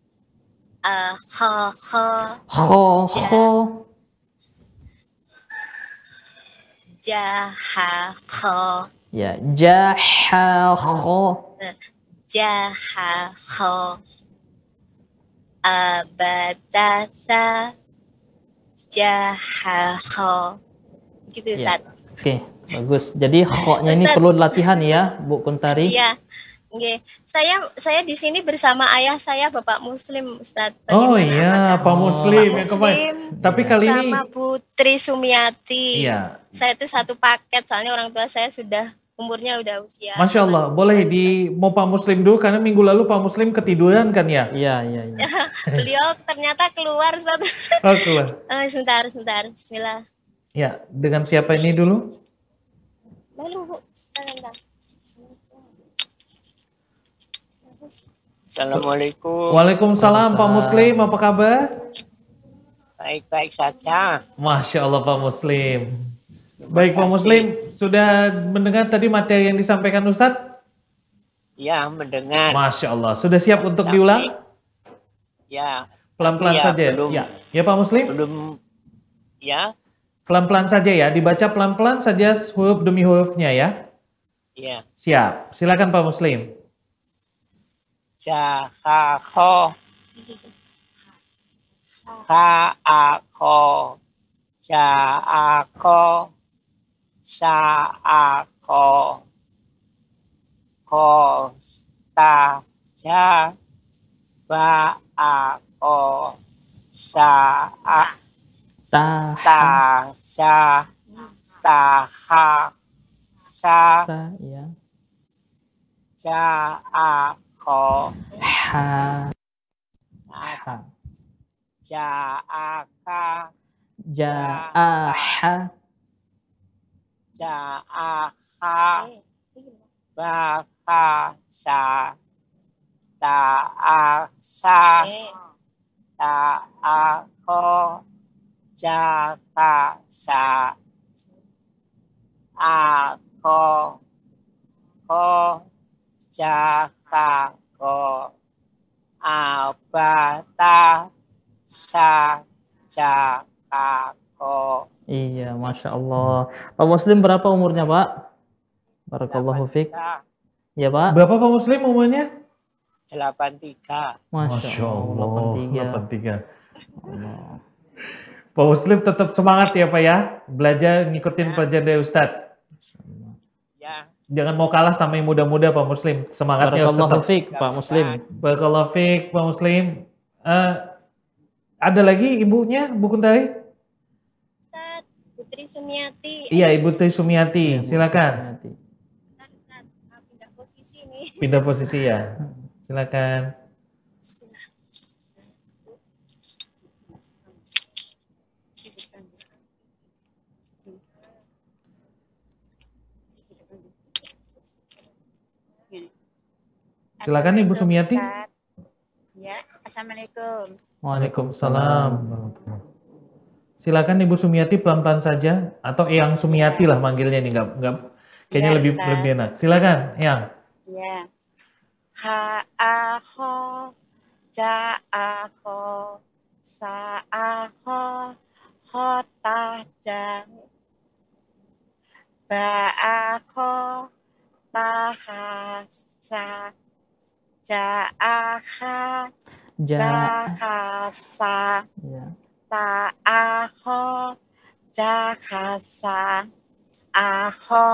akhokho, Kho. Kho. jahakho, Ya. Jahakho. jahakho, abatasa, jahakho. Gitu Ya. Ustaz. Oke, bagus. Jadi kho-nya ini Ustaz. perlu latihan ya, Bu Kuntari. Iya. Nggih. Saya saya di sini bersama ayah saya Bapak Muslim Ustaz. Oh Bagaimana iya, apakah Pak Muslim Pak yang kemarin. Muslim Tapi kali ini sama Putri Sumiati. iya. Saya itu satu paket soalnya orang tua saya sudah umurnya udah usia. Masya Allah, boleh di mau Pak Muslim dulu karena minggu lalu Pak Muslim ketiduran kan ya? Iya, iya, iya. Beliau ternyata keluar Ustaz. Oh, keluar. Eh, sebentar, sebentar. Bismillah. Ya, dengan siapa ini dulu? Lalu Bu, sebentar. Assalamualaikum. Waalaikumsalam Pak Muslim, apa kabar? Baik-baik saja. Masya Allah Pak Muslim. Baik Pak Muslim, sudah mendengar tadi materi yang disampaikan Ustadz? Ya, mendengar. Masya Allah, sudah siap untuk Tapi- diulang? Ya, Pelan-pelan tapi ya, saja. belum- Ya, ya Pak Muslim? belum ya, Pelan-pelan saja ya, dibaca pelan-pelan saja huruf demi hurufnya ya. ya. Siap, silakan Pak Muslim. Jahakho, Ka'akho, Ja'akho, Sa'akho, Kostaja, Ba'akho, Sa'a, Taha. Tasha, Taha, Sa, Sa, ya. Ja'akho, Ha. Ha. Ja'aka, Ja'aha. Ja'akha, Bakasa, Ta'asa, Ta'akho, Jakasa, Ako, Ko, Jakako, Abata, Sa, Jakako. Iya, Masya Allah. Pak Muslim berapa umurnya Pak? Barakallahu fiik. Ya Pak? Berapa Pak Muslim umurnya? Delapan tiga. Masya Allah. delapan tiga. Pak Muslim tetap semangat ya Pak ya, belajar ngikutin pelajaran dari Ustadz. Ya, Jangan mau kalah sama yang muda-muda Pak Muslim, semangatnya harus Barakallahu tetap. fiik Pak Muslim. Barakallahu fiik Pak Muslim. Eh, ada lagi ibunya, Bu Kuntari? Ustaz, Putri Sumiati. Iya, Ibu Tri Sumiati, silakan. Bentar, Ustaz. Ah, pindah posisi nih. Pindah posisi ya, silakan. Bismillah. Silakan Ibu Sumiati. Ya, Assalamualaikum. Waalaikumsalam. Silakan Ibu Sumiati pelan-pelan saja atau Eyang Sumiati lah manggilnya nih, nggak nggak kayaknya Ya, lebih Ustaz. lebih enak. Silakan, Eyang. Ya. Ha-aho, ja-aho, sa-aho, ho-ta-ja, ba-aho, bahasa, ja-aha, Ja. bahasa, Ya. ta-aho, jakasa,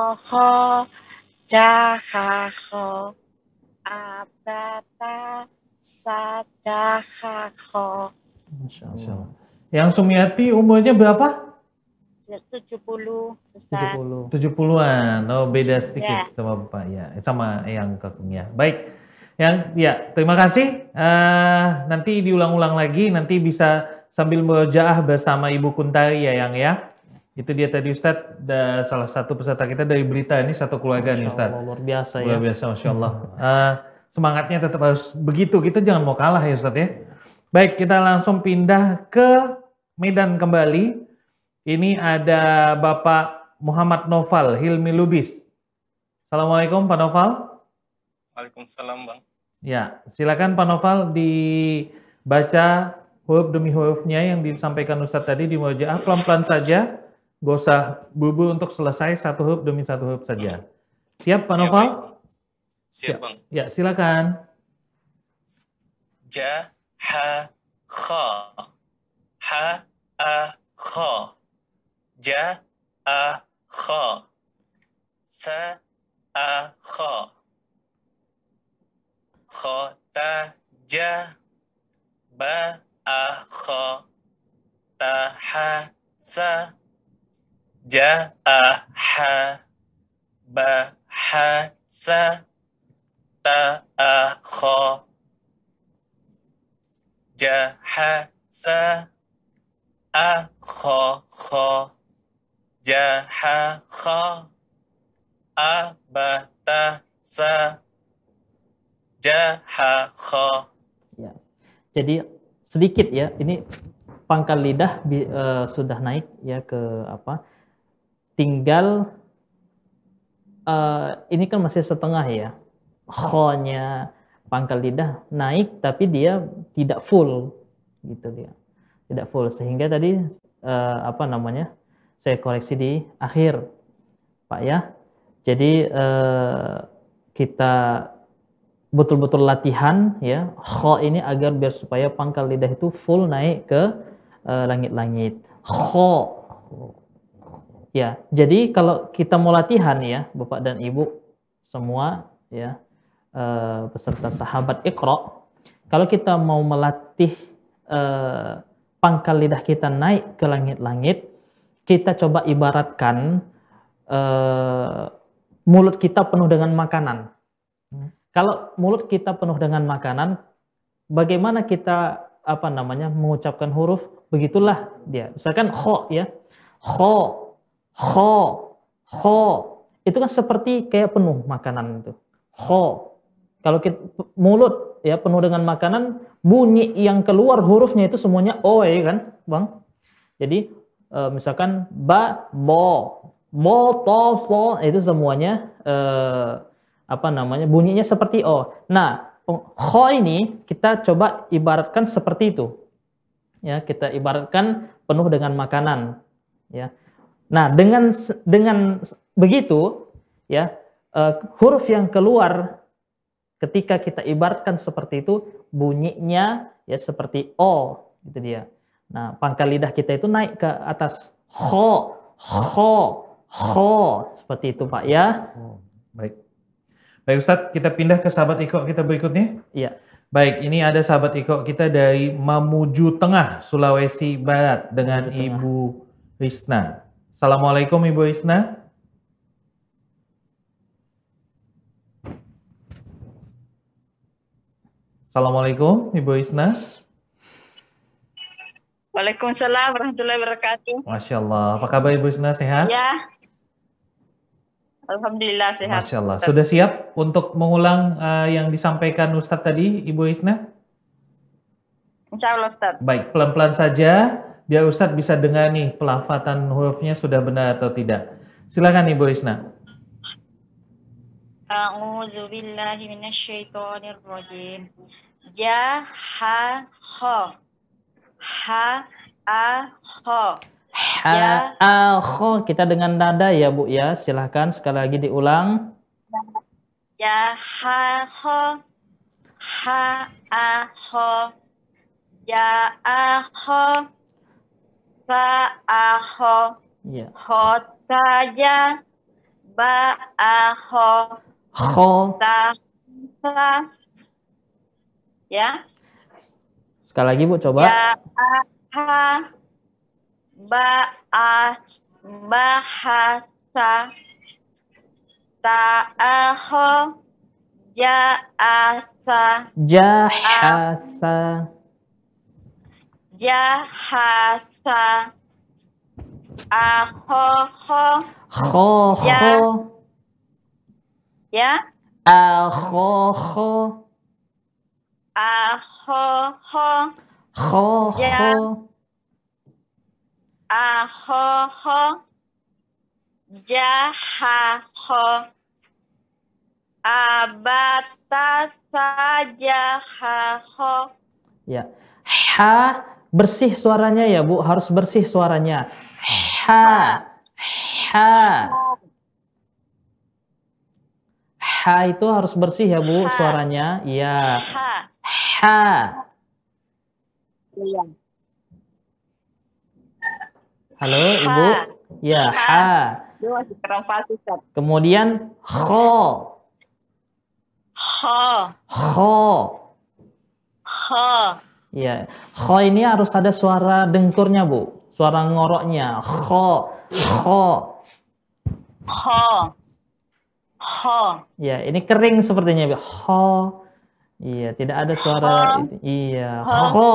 aho-ho, jahaho, abata, sa, ja, kha, kho. Masya Masya Allah. Allah. Yang Sumiati umurnya berapa? tujuh puluh. tujuh puluh. tujuh puluhan. Oh, beda sedikit Ya. sama Bapak ya. Sama yang kakung ya. Baik. Yang ya, terima kasih. Eh, nanti diulang-ulang lagi, nanti bisa sambil murojaah bersama Ibu Kuntari ya, Yang ya. Itu dia tadi Ustadz, da- salah satu peserta kita dari Berita, ini satu keluarga nih Masya Ustadz. Allah, luar biasa ya. Luar biasa, Masya Allah. Eh, semangatnya tetap harus begitu, kita jangan mau kalah ya Ustadz ya. Baik, kita langsung pindah ke Medan kembali. Ini ada Bapak Muhammad Noval Hilmi Lubis. Assalamualaikum Pak Noval. Waalaikumsalam, Bang. Ya, silakan Pak Noval dibaca huruf demi hurufnya yang disampaikan Ustadz tadi di murojaah, pelan-pelan saja, gak usah buru-buru untuk selesai satu huruf demi satu huruf saja. Siap Pak Ya, Noval? baik, Bang. Siap, Bang. Ya, silakan. Ja, ha, kha. Ha, a, kha. Ja, a, kha. Sa, a, kha. Kha, ta, ja. Ba, a, kha. Ta, ha, sa. Ja, a, ha. Ba, ha, sa. Ta, a, kha. Ja, ha, sa. A, kha, kha. Ja, ha, kha. A, ba, ta, sa. Ja, ha, kha. Ya. Jadi sedikit ya, ini pangkal lidah bi- eh, sudah naik ya ke apa? Tinggal eh, ini kan masih setengah ya. Kho-nya pangkal lidah naik tapi dia tidak full gitu dia. Tidak full sehingga tadi eh, apa namanya? Saya koreksi di akhir Pak ya. Jadi eh, kita betul-betul latihan ya kho ini agar biar supaya pangkal lidah itu full naik ke eh, langit-langit. Kho. Ya, jadi kalau kita mau latihan ya Bapak dan Ibu semua ya eh, peserta sahabat Iqra, kalau kita mau melatih eh, pangkal lidah kita naik ke langit-langit, kita coba ibaratkan eh, mulut kita penuh dengan makanan. Kalau mulut kita penuh dengan makanan, bagaimana kita apa namanya mengucapkan huruf? Begitulah dia. Misalkan kho ya, kho, kho, kho. Itu kan seperti kayak penuh makanan itu. Kho. Kalau kita, mulut ya penuh dengan makanan, bunyi yang keluar hurufnya itu semuanya o ya kan, Bang? Jadi e, misalkan ba, bo, bo, to, fo, itu semuanya e, apa namanya bunyinya seperti o. Nah, kho ini kita coba ibaratkan seperti itu. Ya, kita ibaratkan penuh dengan makanan, ya. Nah, dengan dengan begitu, ya, uh, huruf yang keluar ketika kita ibaratkan seperti itu bunyinya ya seperti o, gitu dia. Nah, pangkal lidah kita itu naik ke atas kho, kho, kho, seperti itu, Pak ya. Baik. Baik Ustadz, kita pindah ke sahabat Iqra kita berikutnya. Iya. Baik, ini ada sahabat Iqra kita dari Mamuju Tengah, Sulawesi Barat dengan Mamuju Tengah. Ibu Risna. Assalamualaikum Ibu Risna. Assalamualaikum Ibu Risna. Waalaikumsalam warahmatullahi wabarakatuh. Masya Allah. Apa kabar Ibu Risna, sehat? Ya. Alhamdulillah sehat. Masya Allah. Sudah siap untuk mengulang uh, yang disampaikan Ustadz tadi, Ibu Risna? Insya Allah Ustaz. Baik, pelan-pelan saja, biar Ustadz bisa dengar nih pelafatan hurufnya sudah benar atau tidak. Silakan Ibu Risna. A'udzu billahi minasyaitonir rajim. Ja, ha, kho. Ha, a, kho. Ha, a, kho. Kita dengan nada ya Bu ya. Silahkan sekali lagi diulang. Ya, ha, kho. Ha, a, kho. Ya, a, kho. Sa, a, kho. Ya. Kho, ta, ja. Ba, a, kho. Kho. Ta, sa. Ya. Sekali lagi Bu, coba. Jaha ba'a bahasa ta'aho ja'asa Jahasa. jahasa ahoho Khoho. ya Akhoho. ahoho Khoho. ahoho jahaho abatasa jahaho. Ya. Ha bersih suaranya ya Bu, harus bersih suaranya. Ha. Ha. Ha itu harus bersih ya Bu Ha. suaranya. Iya. Ha. Ha. Iya. Halo Ha. Ibu. Ya, ha. Dia masih kurang pasti, Ustaz. Kemudian kho. Ho. Kho. Ho. Ya, kho ini harus ada suara dengkurnya Bu. Suara ngoroknya. Kho. Kho. Ho. Ho. Ya, ini kering sepertinya Bu. Kho. Iya, tidak ada suara itu. Iya, kho.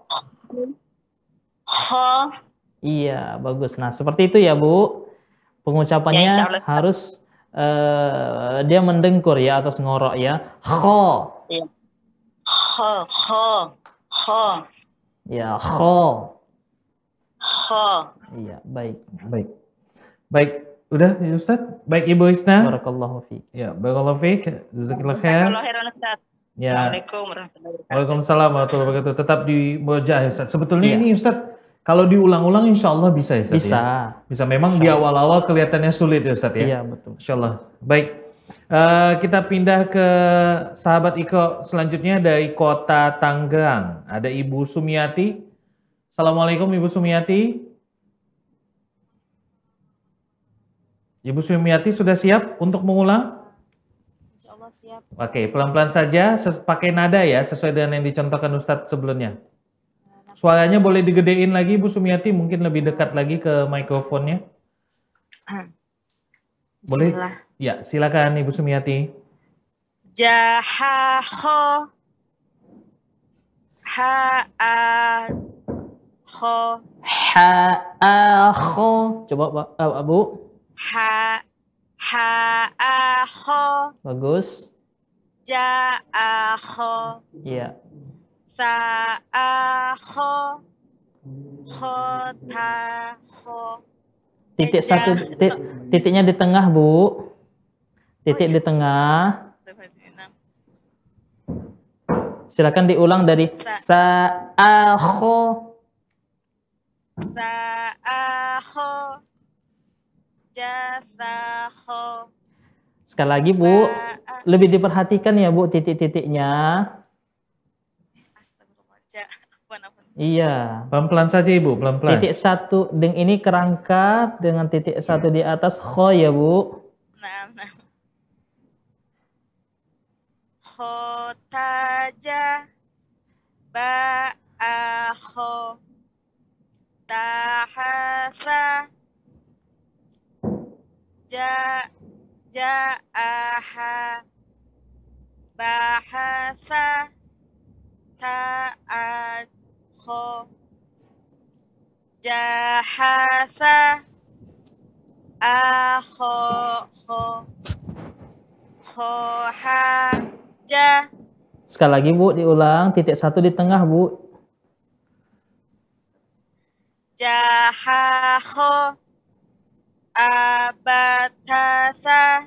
Ho. Iya, bagus. Nah, seperti itu ya, Bu. Pengucapannya Ya, insya Allah. harus eh, dia mendengkur ya, atau ngorok ya. Kho. Iya. Ho. Ho. Ho. Ya, kho. Ho. Iya, baik. Baik. Baik, udah ya Ustaz? Baik Ibu Isna. Barakallahu fiik. Ya, barakallahu fiik. Jazakallahu khair. Jazakallahu khairan, Ustaz. Ya. Assalamualaikum warahmatullahi wabarakatuh. Waalaikumsalam warahmatullahi wabarakatuh. Tetap di murojaah ya Ustaz. Sebetulnya Iya. ini Ustaz, kalau diulang-ulang insya Allah bisa ya Ustaz Bisa. ya? Bisa. Memang di awal-awal kelihatannya sulit ya Ustaz ya? Iya, betul. Insya Allah. Baik. Eh, kita pindah ke sahabat Iko selanjutnya dari kota Tangerang. Ada Ibu Sumiati. Assalamualaikum Ibu Sumiati. Ibu Sumiati sudah siap untuk mengulang? Insya Allah siap. Oke, pelan-pelan saja, ses- pakai nada ya, sesuai dengan yang dicontohkan Ustadz sebelumnya. Suaranya boleh digedein lagi Ibu Sumiati, mungkin lebih dekat lagi ke mikrofonnya. Boleh? Bismillah. Ya, silakan Ibu Sumiati. Jahaho ha ho Ha, a, kho. Coba Pak, eh, Bu. ha ha ho Bagus. ja'aho Iya. sa'aho khotaho. Titik Eh, satu, jah- ti- titiknya di tengah, Bu. Titik di tengah. Silakan diulang dari sa'aho. Sa'aho jasaho. Sekali lagi, Bu. Lebih diperhatikan ya, Bu, titik-titiknya. Iya. Pelan-pelan saja Ibu, pelan-pelan. Titik satu, deng ini kerangka dengan titik satu di atas kho ya, Bu. Nah, nah. Khotaja ba'aho tahasa ja ja'aha bahasa ta'adho jahasa akho kho khohaja. Sekali lagi, Bu, diulang. Titik satu di tengah, Bu. Jahaho abatasa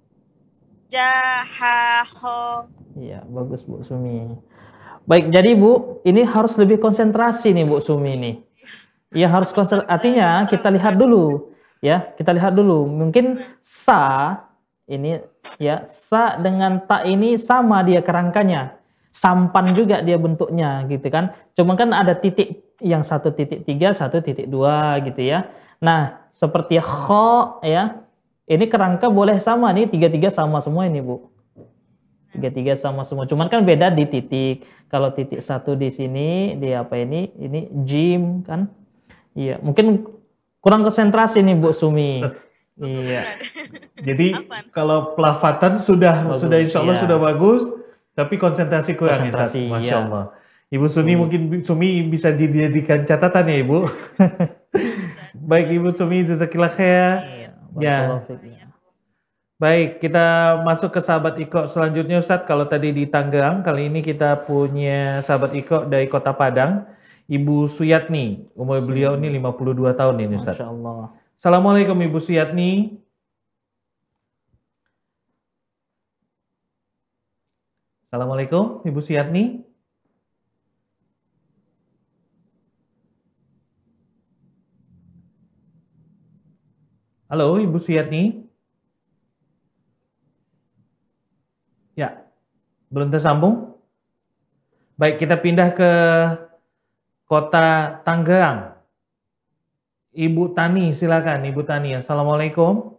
jahaho. Iya, bagus Bu Sumi. Baik, jadi Bu, ini harus lebih konsentrasi nih Bu Sumi nih. Iya, harus konsentrasi. Artinya kita lihat dulu, ya. Kita lihat dulu. Mungkin sa ini ya, sa dengan ta ini sama dia kerangkanya. Sampan juga dia bentuknya gitu kan. Cuma kan ada titik yang satu titik tiga, satu titik dua gitu ya. Nah, seperti kho ya. Ini kerangka boleh sama nih, tiga-tiga sama semua ini Bu. Tiga-tiga sama semua. Cuman kan beda di titik. Kalau titik satu di sini, di apa ini? Ini jim kan? Iya. Mungkin kurang konsentrasi nih Bu Sumi. Iya. Jadi kalau pelafatan sudah Bagus, sudah insya Allah iya. sudah bagus, tapi konsentrasi kurang ya, Ustaz. Konsentrasi, Masya iya. Allah. Ibu Sumi mungkin Sumi bisa dijadikan catatan ya Ibu. Baik Ibu Sumi, jazakillah khair. Ya. Barakallahu fiik. Baik, kita masuk ke sahabat Iko selanjutnya Ustadz. Kalau tadi di Tangerang, kali ini kita punya sahabat Iko dari Kota Padang, Ibu Suyatni. Umur beliau ini lima puluh dua tahun ini Ustadz. Masya Allah. Assalamualaikum Ibu Suyatni. Assalamualaikum Ibu Suyatni. Halo Ibu Suyatni. Ya, belum tersambung. Baik, kita pindah ke Kota Tangerang. Ibu Tani, silakan Ibu Tani. Assalamualaikum.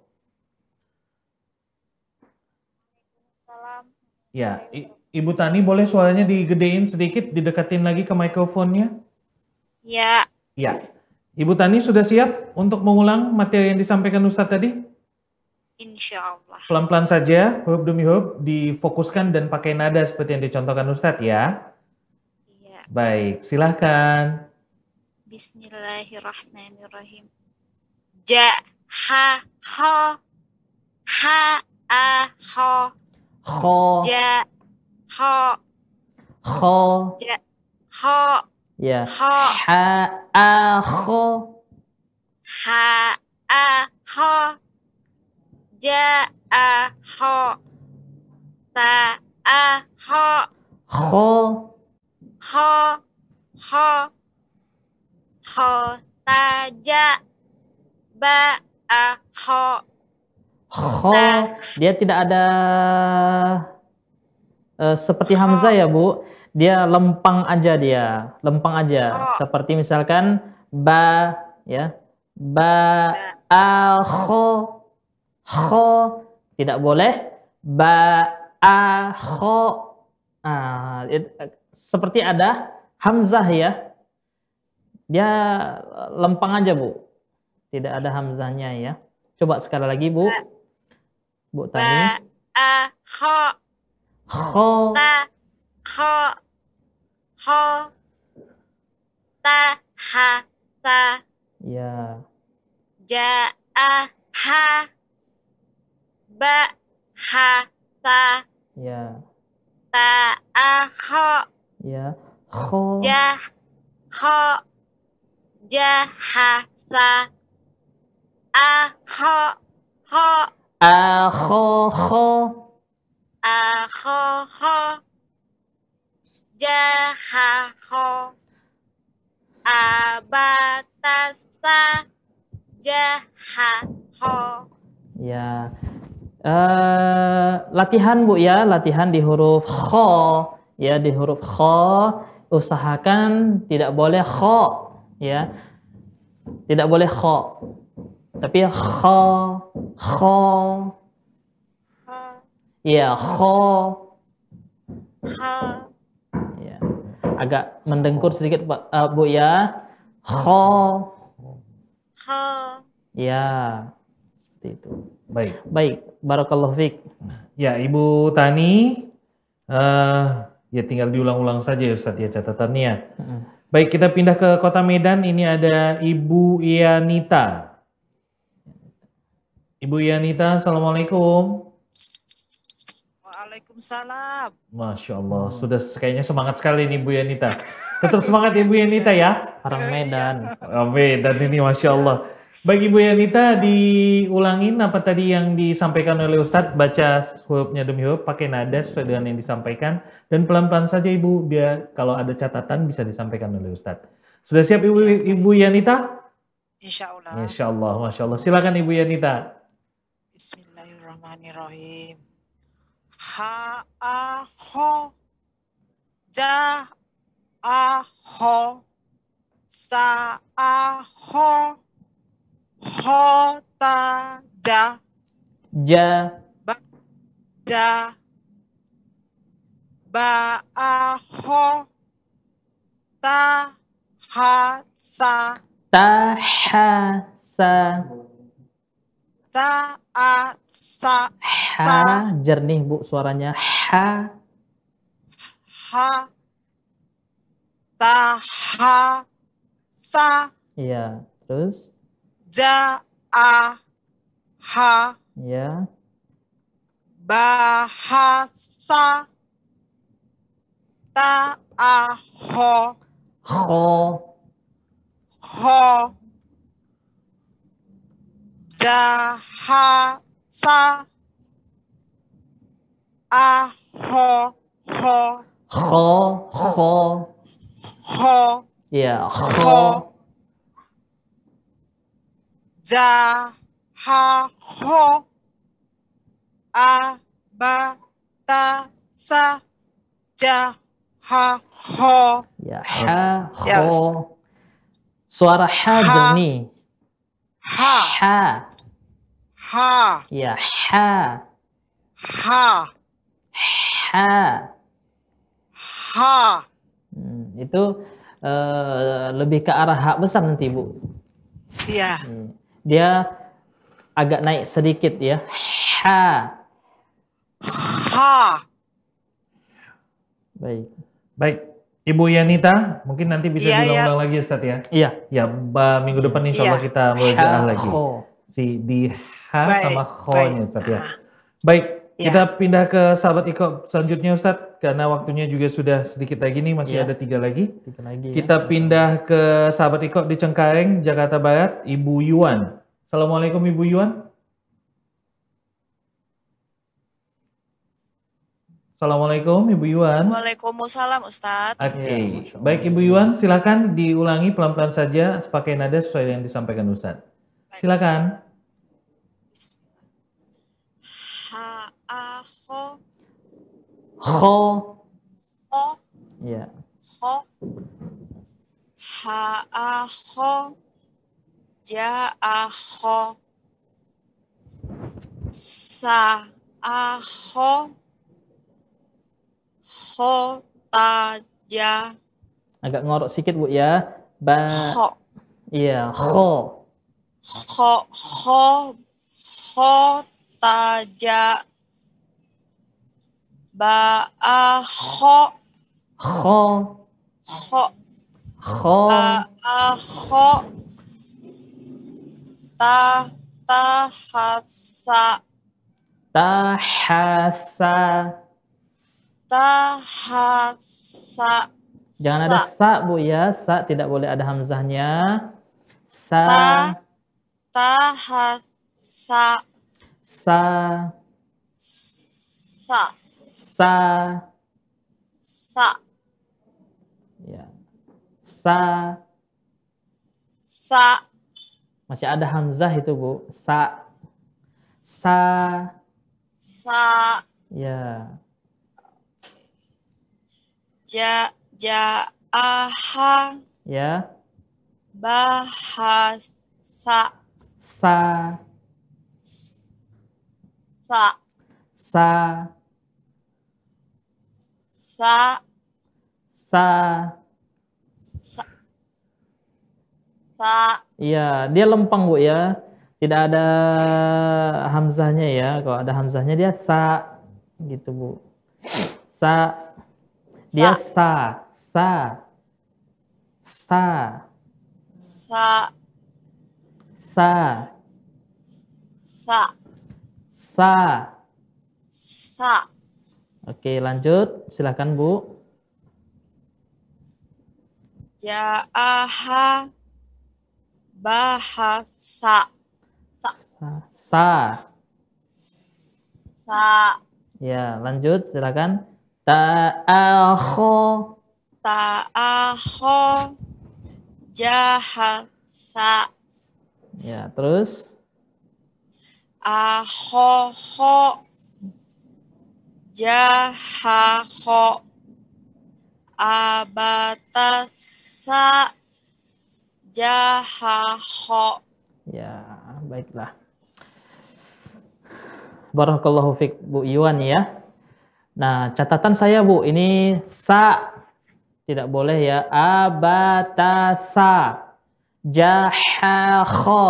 Salam. Ya, I- Ibu Tani boleh suaranya digedein sedikit, didekatin lagi ke mikrofonnya? Ya, Ya. Ibu Tani sudah siap untuk mengulang materi yang disampaikan Ustadz tadi? insya Allah. Pelan-pelan saja, huruf demi huruf, difokuskan dan pakai nada seperti yang dicontohkan Ustadz ya. Iya. Baik, silahkan. Bismillahirrahmanirrahim. Ja, ha, ho, ha, a, ho, Kho, ja, ho, kho, ja, ho, ya. ho, Ha, a, kho, ha, a, ho, ja, a, ho, ta, a, ho, kho, ho, ho, ho, ta, ja, ba, a, ho, kho. Dia tidak ada eh, seperti Hamzah ya Bu. Dia lempang aja dia, lempang aja. Seperti misalkan ba, ya, ba, a, kho, kho. Tidak boleh ba, a, kho. Ah, it- seperti ada Hamzah ya. Dia lempang aja Bu. Tidak ada Hamzahnya ya. Coba sekali lagi Bu. Bu ba, Tani. a, ho, Kho, ta, ho, ho, ta, ha, ta, ya. ja, a, ha, ba, ha, ta, Ya, ta, a, ho, ya. Kho, ja, ho, ja, ha, sa, a, ho, ho, a, kho, kho, a, ho, ho, ja, ha, ho, a, ba, ta, sa, ja, ha, ho. ya. Eh, latihan Bu ya, latihan di huruf kho, ya di huruf kho. Usahakan tidak boleh kho, ya. Tidak boleh kho. Tapi kho, kho, ya kho. Ho, Ya. Agak mendengkur sedikit Pak, eh, Bu ya. Kho, ho, ya. Seperti itu. Baik. Baik, barakallahu fiik. Ya, Ibu Tani, eh, ya tinggal diulang-ulang saja ya Ustadz ya catatannya. Baik, kita pindah ke Kota Medan. Ini ada Ibu Ianita. Ibu Ianita, Assalamualaikum. Waalaikumsalam. Masya Allah, sudah kayaknya semangat sekali nih Bu Yanita. Tetap semangat Ibu Yanita ya. Orang Medan. Oh, Medan ini Masya Allah. Baik Ibu Yanita, diulangin apa tadi yang disampaikan oleh Ustadz, baca hurufnya demi huruf, pakai nada sesuai dengan yang disampaikan, dan pelan-pelan saja Ibu, biar kalau ada catatan bisa disampaikan oleh Ustadz. Sudah siap Ibu, Ibu Yanita? Insya Allah. Insya Allah, Masya Allah. Silakan Ibu Yanita. Bismillahirrahmanirrahim. Ha, a, ho, ja, a, ho, sa, a, ho, ho, ta, ja, Ja, ba, ja, Ba'aho. Tahasa. Tahasa. Ta'asa. Ha, jernih Bu suaranya. Ha. Ha. Tahasa. Iya, terus? Ja'a. Ha. Iya. Bahasa. Ta'aho. Kho. Ho. Jahasa. Aho. Ho. Kho. Kho. Ho. Iya, kho. Ho. Jahaho. Abatasa. Jahaho. Ya, ha, Ya, kho. Suara ha Ha. jernih. Ha. Ha. Ha. Ya, ha. Ha. Ha. Ha. Hmm, itu eh, lebih ke arah ha besar nanti, Bu. Iya. Hmm. Dia agak naik sedikit ya. Ha. Ha. Baik. Baik, Ibu Yanita, mungkin nanti bisa Iya, diulang-ulang lagi Ustaz ya. Iya. Ya, ba- minggu depan insya Allah Iya. kita murojaah Ha, lagi. kho. Si di ha Baik, sama kho-nya baik. Ustaz ya. Baik, Iya. kita pindah ke sahabat Iqra selanjutnya Ustaz, karena waktunya juga sudah sedikit lagi nih, masih Iya. ada tiga lagi. Tiga lagi ya. Kita pindah ke sahabat Iqra di Cengkareng, Jakarta Barat, Ibu Yuan. Assalamualaikum Ibu Yuan. Assalamualaikum Ibu Yuan. Waalaikumsalam Ustadz. Oke, Iya, baik Ibu Yuan, silakan diulangi pelan-pelan saja sepakai nada sesuai yang disampaikan Ustaz. Silakan. Ha a ho Kho. ho Ya. ho. Ha a ho ja a ho sa a ho ho ta ja Agak ngorok sedikit Bu ya. Ba. ho Iya, kho. ho ho ho ta ja ba a ho Kho. ho Kho. ba a ho ta ta ha sa Tahasa. ta ha sa Jangan ada sa Bu ya. Sa tidak boleh ada hamzahnya. Sa. ta ta ha sa Sa. sa Sa. sa Ya. Sa. sa Masih ada hamzah itu Bu. Sa. Sa. sa Ya. ja ja a ha Ya. ba ha sa Sa. sa Sa. sa Sa. sa sa Iya, dia lempang Bu ya. Tidak ada hamzahnya ya. Kalau ada hamzahnya dia sa gitu Bu. Sa. Dia sa. Sa. Sa. sa Sa. sa Sa. sa Oke, lanjut. Silakan Bu. ja a ha ba ha sa sa Sa. sa Ya, lanjut. Silakan. Ta'akho. ta a ho ja ha sa Ya, terus. a ho ho ja ha ho abata sa ja ha ho. Ya, baiklah. Barakallahu fiik Bu Iwan ya. Nah, catatan saya Bu, ini sa tidak boleh ya. Abatasa. Jahakho.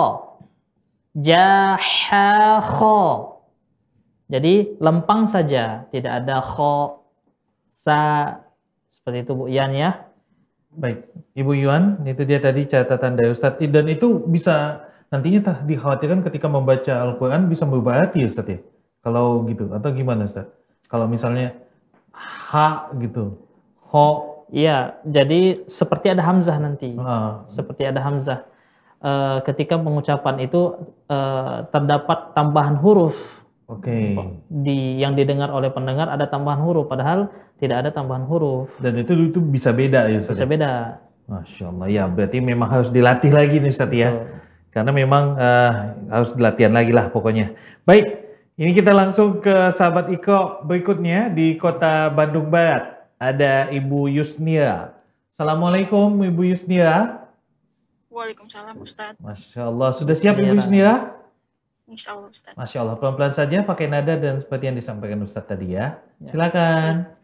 Jahakho. Jadi lempang saja, tidak ada kho, sa, seperti itu Bu Yan ya. Baik, Ibu Yuan, itu dia tadi catatan dari Ustadz. Dan itu bisa nantinya dikhawatirkan ketika membaca Al-Quran bisa berubah arti Ustadz ya? Kalau gitu, atau gimana Ustadz? Kalau misalnya ha gitu, ho. Iya, jadi seperti ada hamzah nanti. Ah. Seperti ada hamzah. E, ketika pengucapan itu e, terdapat tambahan huruf. Oke. Okay. Di yang didengar oleh pendengar ada tambahan huruf, padahal tidak ada tambahan huruf. Dan itu itu bisa beda ya Ustaz? Bisa beda. Masya Allah, ya berarti memang harus dilatih lagi nih Ustaz ya. Betul. Karena memang uh, harus latihan lagi lah pokoknya. Baik, ini kita langsung ke sahabat Iqra berikutnya di kota Bandung Barat. Ada Ibu Yusnia. Assalamualaikum Ibu Yusnia. Waalaikumsalam Ustaz. Masya Allah, sudah siap Ibu Yusnia? Insya Allah Ustaz. Masya Allah, pelan-pelan saja pakai nada dan seperti yang disampaikan Ustaz tadi ya. Silakan.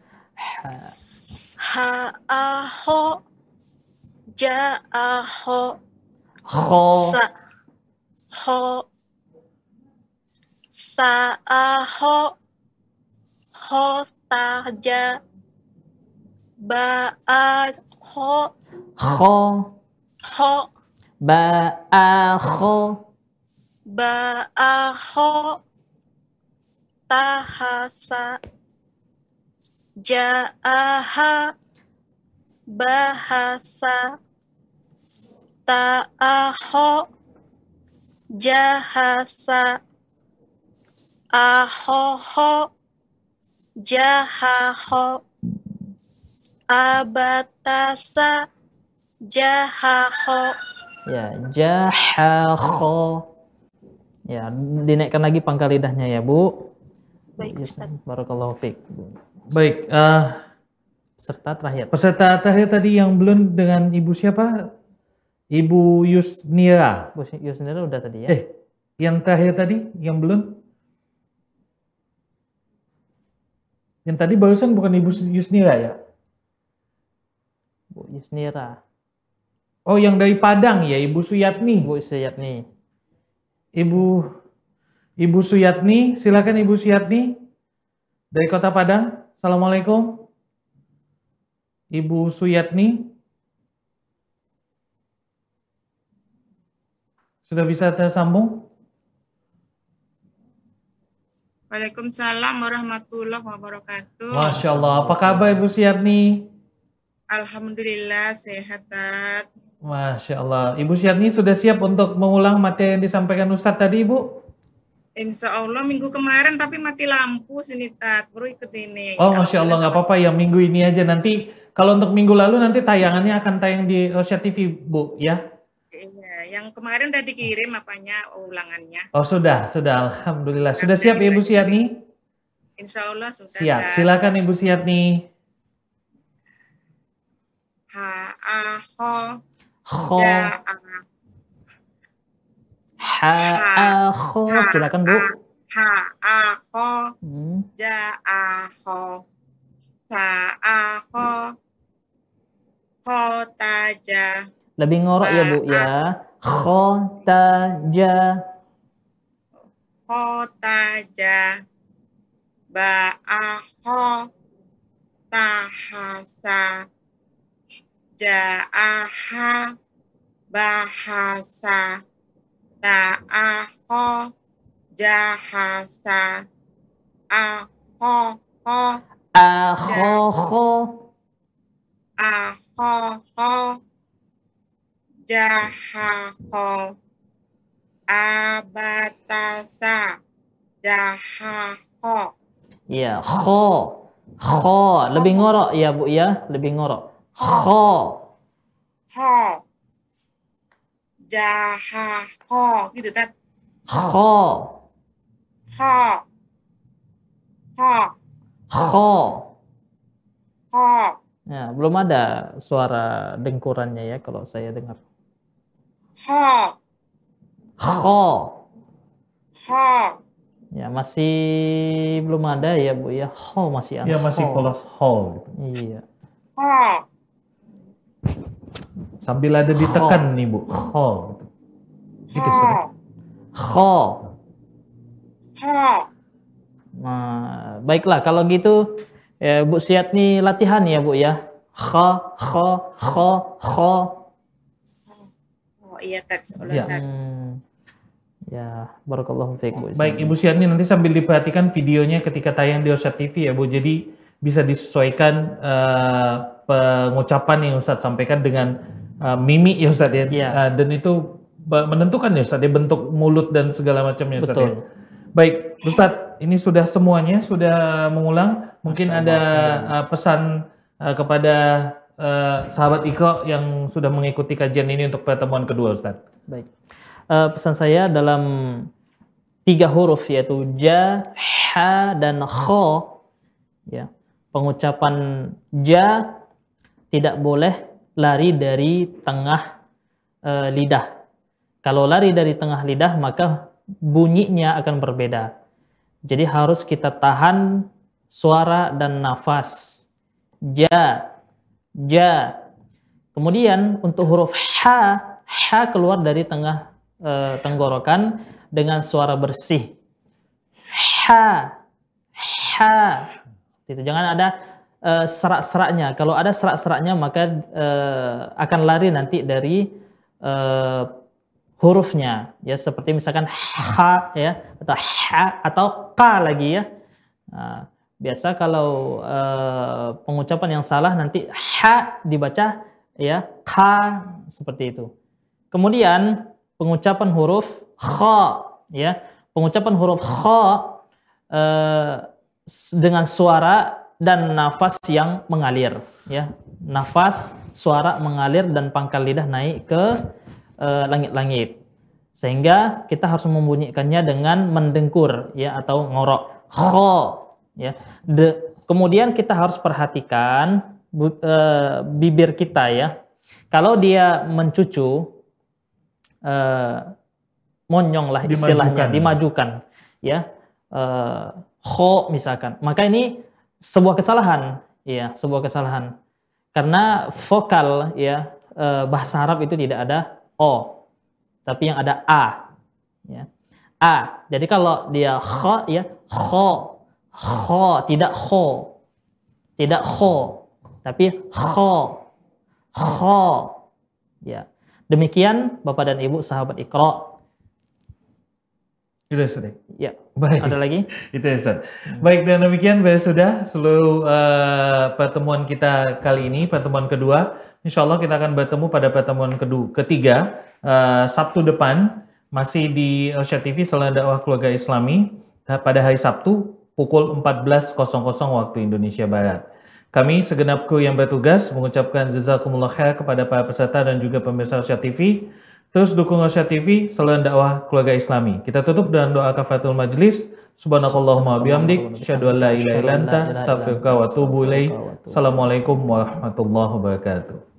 Ha a ho ja a ho ho sa ho sa a ho ho ta ja ba a ho ho ho ba a ho ba a ho ta ha sa ja'aha bahasa ta'aho jahasa ahoho jahaho abatasa jahaho. Ya, jahaho. Ya, dinaikkan lagi pangkal lidahnya ya Bu. Baik Ustaz. Barakallahu fiik. Baik, uh, peserta terakhir. Peserta terakhir tadi yang belum dengan Ibu siapa? Ibu Yusnira. Bu Yusnira udah tadi ya? Eh, yang terakhir tadi yang belum? Yang tadi barusan bukan Ibu Yusnira ya? Bu Yusnira. Oh, yang dari Padang ya, Ibu Suyatni. Bu Suyatni. Ibu Ibu Suyatni, silakan Ibu Suyatni dari Kota Padang. Assalamualaikum. Ibu Suyatni. Sudah bisa tersambung? Waalaikumsalam warahmatullahi wabarakatuh. Masya Allah. Apa kabar Ibu Suyatni? Alhamdulillah sehat. Masya Allah. Ibu Suyatni sudah siap untuk mengulang materi yang disampaikan Ustadz tadi Ibu? Insya Allah minggu kemarin tapi mati lampu sini Tat, baru ikut ini. Oh Masya Allah, nggak apa-apa ya minggu ini aja. Nanti kalau untuk minggu lalu nanti tayangannya akan tayang di Rosyad T V Bu ya? Iya, yang kemarin udah dikirim apanya ulangannya. Oh sudah, sudah. Alhamdulillah. Sudah siap ya Ibu Suyatni? Insya Allah sudah. Siap. Tat. Silakan Ibu Suyatni. Ha a ho ho ja a Ha-a-ho, silakan Bu. Ha-a-ho, hmm. ja-a-ho, sa-a-ho, ho-ta-ja. Lebih ngorok ya Bu ya. Ho-ta-ja. Ho-ta-ja. Ba-a-ho, tahasa. Ja-a-ha, bahasa. Ta'aho jahasa ahoho ahoho ahoho jahaho abatasa jahaho. Ya, ho ho lebih ngorok ya Bu ya, lebih ngorok. Ho ho jahaho gitu Tat. Ho ho ho ho ho. Ya, belum ada suara dengkurannya ya kalau saya dengar. Ho ho ho Ya, masih belum ada ya Bu ya. Ho masih ada. Ya masih Ho. polos ho. Gitu. Iya. Ho. Sambil ada ditekan nih Bu. Ho. Gitu. Itu sudah. Ho. Ho. Nah, baiklah kalau gitu ya, Bu Siat nih latihan ya Bu ya. Kha, kha, kha, kha. Oh iya Tat, seolah Ya. Tat. Hmm. Ya, barakallahu fiik Bu. Baik Ibu Siani, nanti sambil diperhatikan videonya ketika tayang di Irsyad T V ya Bu. Jadi bisa disesuaikan uh, pengucapan yang Ustadz sampaikan dengan uh, mimik ya Ustadz ya. Ya. Uh, dan itu menentukan ya Ustadz ya bentuk mulut dan segala macamnya Ustadz ya. Betul. Baik Ustadz, ini sudah semuanya sudah mengulang. Mungkin Masya ada Allah. uh, pesan uh, kepada uh, sahabat Iqra yang sudah mengikuti kajian ini untuk pertemuan kedua Ustadz. Baik. Uh, pesan saya dalam tiga huruf yaitu ja, ha, dan kha. Ya, pengucapan ja tidak boleh lari dari tengah uh, lidah. Kalau lari dari tengah lidah maka bunyinya akan berbeda. Jadi harus kita tahan suara dan nafas. Ja, ja. Kemudian untuk huruf ha, ha keluar dari tengah Uh, tenggorokan dengan suara bersih. Ha, ha. Itu jangan ada uh, serak-seraknya. Kalau ada serak-seraknya maka uh, akan lari nanti dari uh, hurufnya. Ya seperti misalkan ha ya atau ha atau ka lagi ya. Nah, biasa kalau uh, pengucapan yang salah nanti ha dibaca ya ka seperti itu. Kemudian pengucapan huruf kha ya, pengucapan huruf kha eh, dengan suara dan nafas yang mengalir ya. Nafas, suara mengalir dan pangkal lidah naik ke langit-langit. Eh, Sehingga kita harus membunyikannya dengan mendengkur ya atau ngorok kha ya. De, kemudian kita harus perhatikan bu, eh, bibir kita ya. Kalau dia mencucu Uh, monyong lah istilahnya, dimajukan, dimajukan ya, uh, kho misalkan, maka ini sebuah kesalahan, ya sebuah kesalahan, karena vokal ya uh, bahasa Arab itu tidak ada o, tapi yang ada a, ya a. Jadi kalau dia kho ya kho, kho tidak kho, tidak kho, tapi kho, kho, ya. Demikian Bapak dan Ibu sahabat Iqra. Itu sudah. Ya. Baik. Ada lagi? Itu ya Ustaz. Baik, dan demikian sudah seluruh uh, pertemuan kita kali ini, pertemuan kedua. Insya Allah kita akan bertemu pada pertemuan kedua, ketiga uh, Sabtu depan masih di Irsyad T V Salam Dakwah Keluarga Islami pada hari Sabtu pukul empat belas waktu Indonesia Barat. Kami segenap kru yang bertugas mengucapkan jazakumullah khair kepada para peserta dan juga pemirsa Irsyad T V. Terus dukung Irsyad T V, Salam Dakwah Keluarga Islami. Kita tutup dengan doa kafaratul majlis. Subhanakallahumma bihamdik, asyhadu an la ilaha illa anta, astaghfiruka wa atubu ilaik. Assalamualaikum warahmatullahi wabarakatuh.